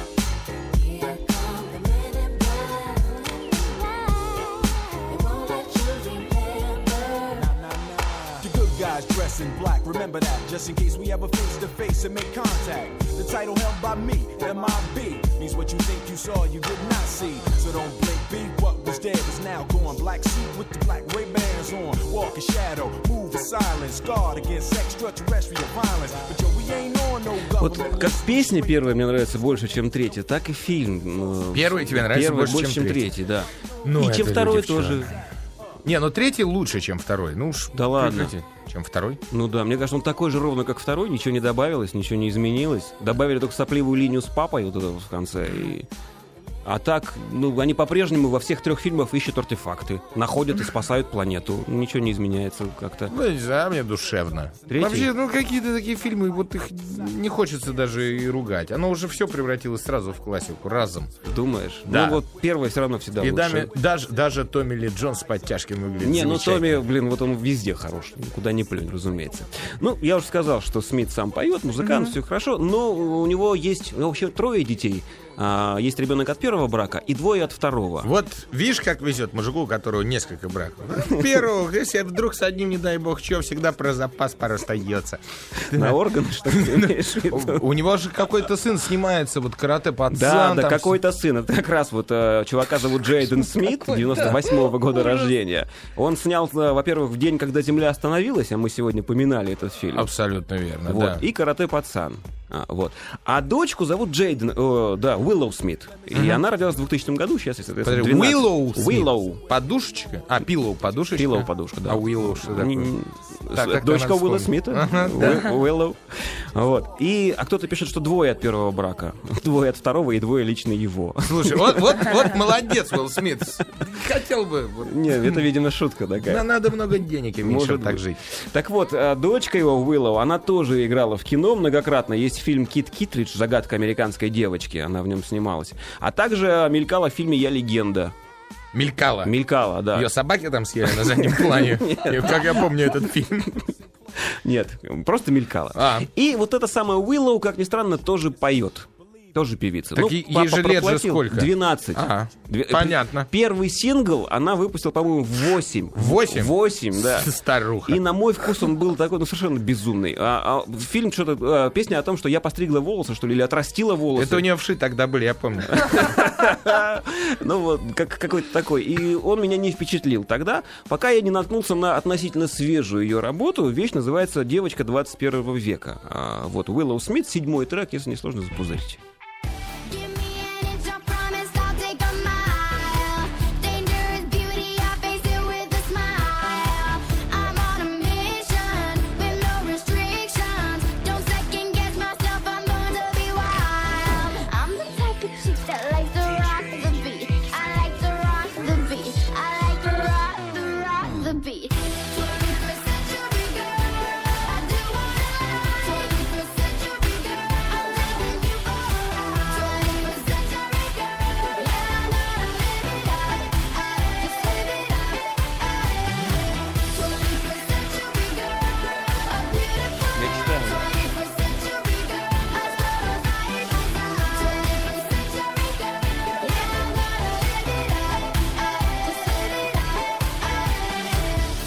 The good guys dress in black. Remember that, just in case we ever face to face and make contact. The title held by me, M I B, means what you think you saw, you did not see. So don't blink, be what was dead is now gone. Black suit with the black Ray-Bans on. Walk in shadow, move in silence. Guard against extraterrestrial violence. But yo, we ain't on no Вот government. как песня первая мне нравится больше, чем третья, так и фильм. Ну, Первый тебе нравится первый больше, чем третий? третий, да. Ну, и это чем второй люди в тоже. черном. Не, ну третий лучше, чем второй. Ну уж Да ладно. прекратите. Чем второй? Ну да, мне кажется, он такой же ровно, как второй, ничего не добавилось, ничего не изменилось. Добавили только сопливую линию с папой вот это вот в конце. И... А так, ну, они по-прежнему во всех трех фильмах ищут артефакты, находят и спасают планету. Ничего не изменяется как-то. Ну, не знаю, мне душевно. Третий? Вообще, ну, какие-то такие фильмы, вот их не хочется даже и ругать. Оно уже все превратилось сразу в классику, разом. Думаешь? Да. Ну вот первый все равно всегда И лучше. даме- даже, даже Томми Ли Джонс с подтяжками выглядит Не, ну замечательно. Томми, блин, вот он везде хорош, никуда не плюнь, разумеется. Ну, я уже сказал, что Смит сам поет, музыкант, все хорошо, но у него есть, ну, вообще трое детей. А, есть ребенок от первого брака и двое от второго. Вот видишь, как везет мужику, у которого несколько браков. Первого, если вдруг с одним, не дай бог, что, всегда про запас пара остается. На органы, что ты имеешь в виду? У него же какой-то сын снимается, вот карате пацан. Да, да, там какой-то сын. Это как раз вот э, чувака зовут Джейден Смит, девяносто восьмого года рождения. Он снял, э, во-первых, в день, когда Земля остановилась, а мы сегодня поминали этот фильм. Абсолютно верно, Вот. да. И «Карате пацан». А, вот. А дочку зовут Джейден, э, да, Уиллоу Смит. И она родилась в двухтысячном году, сейчас, соответственно, Подожди, двенадцать. Уиллоу Смит. Уиллоу. Подушечка? А, пилоу подушечка? Пиллоу подушка, да. А Уиллоу что такое? Н- Так, как Дочка надо Уилла вспомнить. Смита. Ага, да. Уи- Уиллоу. Вот. И, а кто-то пишет, что двое от первого брака. Двое от второго и двое лично его. Слушай, вот, вот, вот молодец, Уилл Смит. Хотел бы. вот. Нет, это, видимо, шутка такая. На- Надо много денег иметь, Может чтобы так быть. жить. Так вот, а, дочка его, Уиллоу, она тоже играла в кино многократно. Есть фильм «Кит Китридж. Загадка американской девочки». Она в нем снималась. А также мелькала в фильме «Я легенда». Мелькала. Мелькала, да. Ее собаки там съели на заднем плане. И Как я помню этот фильм. Нет, просто мелькала. А. И вот эта самая Уиллоу, как ни странно, тоже поет. Тоже певица. Так и- ей же лет же проплатил сколько? двенадцать. Ага, Две- понятно. Первый сингл она выпустила, по-моему, в восемь. Восемь? восемь, да. Старуха. И на мой вкус он был такой, ну, совершенно безумный. А, а фильм что-то, а, песня о том, что я постригла волосы, что ли, или отрастила волосы. Это у нее вши тогда были, я помню. Ну вот, как, какой-то такой. И он меня не впечатлил тогда, пока я не наткнулся на относительно свежую ее работу. Вещь называется «Девочка двадцать первого века». А, вот, Уиллоу Смит, седьмой трек, если не сложно запузырить. Give me an inch, I promise I'll take a mile. Dangerous beauty, I face it with a smile. I'm on a mission with no restrictions. Don't second guess myself, I'm born to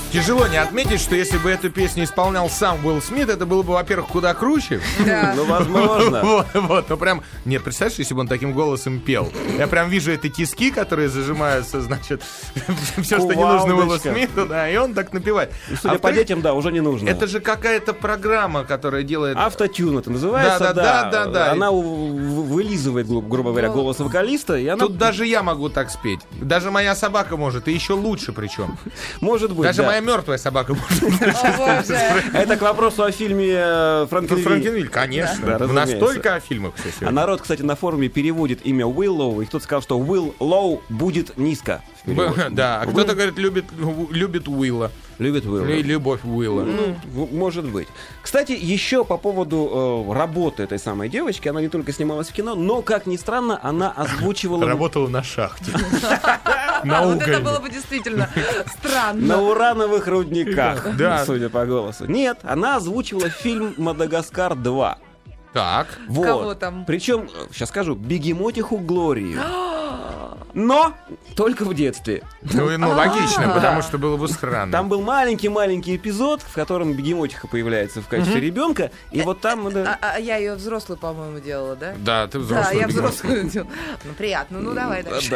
тяжело не отметить, что если бы эту песню исполнял сам Уилл Смит, это было бы, во-первых, куда круче. Да. Ну, возможно. Вот, вот, ну прям, нет, представляешь, если бы он таким голосом пел. Я прям вижу эти тиски, которые зажимаются, значит, все, что не нужно Уиллу Кувалдочка. Смиту, да, и он так напевает. И, судя А по в- детям, да, уже не нужно. Это же какая-то программа, которая делает... Автотюн это называется, Да, да. да, да, да, да. Она у- в- вылизывает, гру- грубо говоря, голос вокалиста, и она... Тут даже я могу так спеть. Даже моя собака может, и еще лучше причем. Может быть, Даже да. моя мертвая собака может. О, боже. Это к вопросу о фильме э, Франкенвиль. Франкенвиль, конечно. Да, У нас разумеется. только о фильмах все А сегодня. народ, кстати, на форуме переводит имя Уиллоу, и кто-то сказал, что Уилл Лоу будет низко. в переводе. Да, а Уилл кто-то говорит, любит, любит Уилла. любит Уилла. Или любовь Уилла. Ну, в- может быть. Кстати, еще по поводу э, работы этой самой девочки, она не только снималась в кино, но, как ни странно, она озвучивала Работала на шахте. А На вот это угольной. было бы действительно странно. на урановых рудниках, Да. судя по голосу. Нет, она озвучивала фильм «Мадагаскар два». Так. Вот. Кого там? Причем, сейчас скажу, бегемотиху Глорию. Но только в детстве. Ну, и- ну, логично, потому что было бы странно. Там был маленький-маленький эпизод, в котором бегемотиха появляется в качестве ребенка, и вот там... да, А, а я ее взрослую, по-моему, делала, да? Да, ты Да, взрослый. я бегемот. взрослую делала. Ну, приятно. Ну, давай дальше.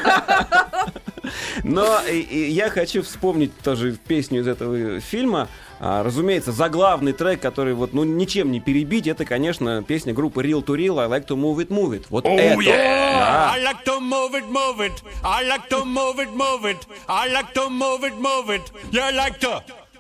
Но и- и я хочу вспомнить тоже песню из этого фильма. А, разумеется, заглавный трек, который вот, ну, ничем не перебить, это, конечно, песня группы Real to Real «I like to move it, move it». Вот это. Да. I like to move it, move it. I like to move it, move it. I like to move it, move it. You like to.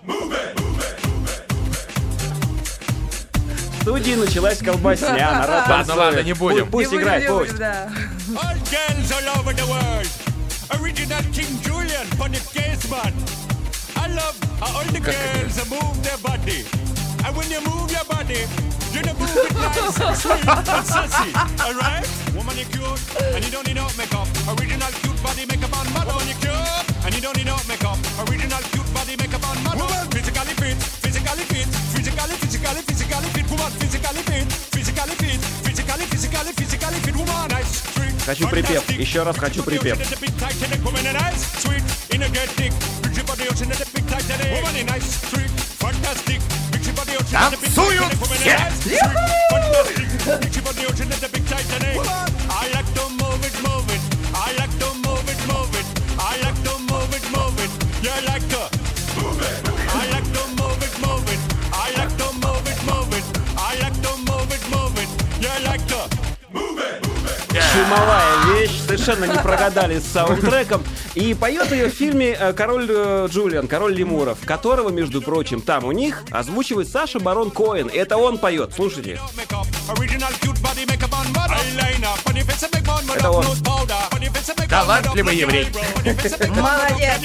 В студии началась колбасня. Народ Ладно, танцует. ладно, не будем. Пу- Пусть Не будем, играет, не будем, пусть. да. All girls all over the world. Original King Julian for the case man. I love how all the girls move their body. And when you move your body, you know move it nice, sweet, and sassy. Alright? Woman, you cute, and you don't need no makeup. Original cute body makeup on model. Woman, you cute, and you don't need no makeup. Original cute body makeup on model. Woman, physically fit, physically fit, physically, physically, physically fit. Woman, physically fit, physically fit, physically, physically, physically fit. Woman, nice, sweet, Хочу припев. fantastic. Еще раз хочу припев. Танцуют все! Чумовая вещь, совершенно не прогадали с саундтреком. И поет ее в фильме э, «Король э, Джулиан», «Король лемуров», которого, между прочим, там у них озвучивает Саша Барон Коэн. Это он поет, слушайте. Это он. Талантливый еврей. Молодец.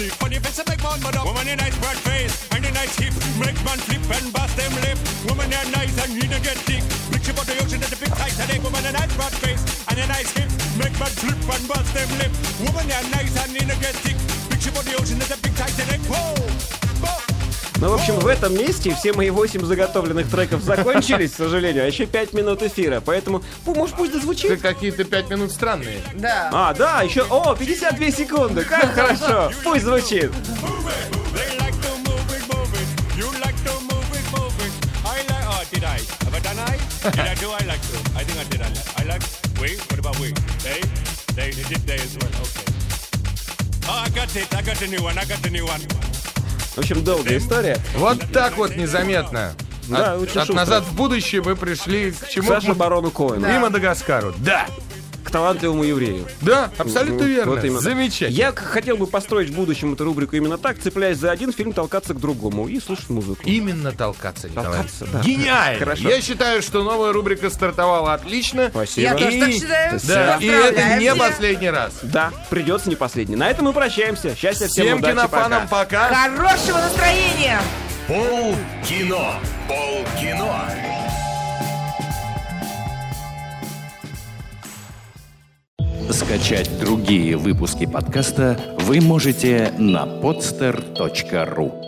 Ну, в общем, в этом месте все мои восемь заготовленных треков закончились, к сожалению, а еще пять минут эфира. Поэтому, ну, может, пусть дозвучит. Какие-то пять минут странные. Да. А, да, еще, о, пятьдесят две секунды, как хорошо, пусть звучит. They like to move it, move it. You like to move it, move it. I like. Oh, did I? Have I done I? Did I do? I like to. I think I did. I like. I like. We. What about we? They. They. They did they as well. Okay. Oh, I got it. I got the new one. I got the new one. В общем, долгая история. Вот так вот незаметно. Да, От, очень от шустро. назад в будущее мы пришли к чему? Саша Барону Коэну. И Мадагаскару. Да, К талантливому еврею. да, абсолютно Ну, верно. вот именно. Замечательно. Я к- хотел бы построить в будущем эту рубрику именно так, цепляясь за один фильм, толкаться к другому и слушать музыку. Именно толкаться, Николай. Толкаться, да. Гениально. Хорошо. Я считаю, что новая рубрика стартовала отлично. Спасибо. Я тоже так И- считаю. Да, и это Поздравляем не всех. последний раз. Да, придется не последний. На этом мы прощаемся. Счастья всем, Всем удачи, кинофанам пока. пока. Хорошего настроения. Пол кино. Пол кино. Скачать другие выпуски подкаста вы можете на podster точка ру.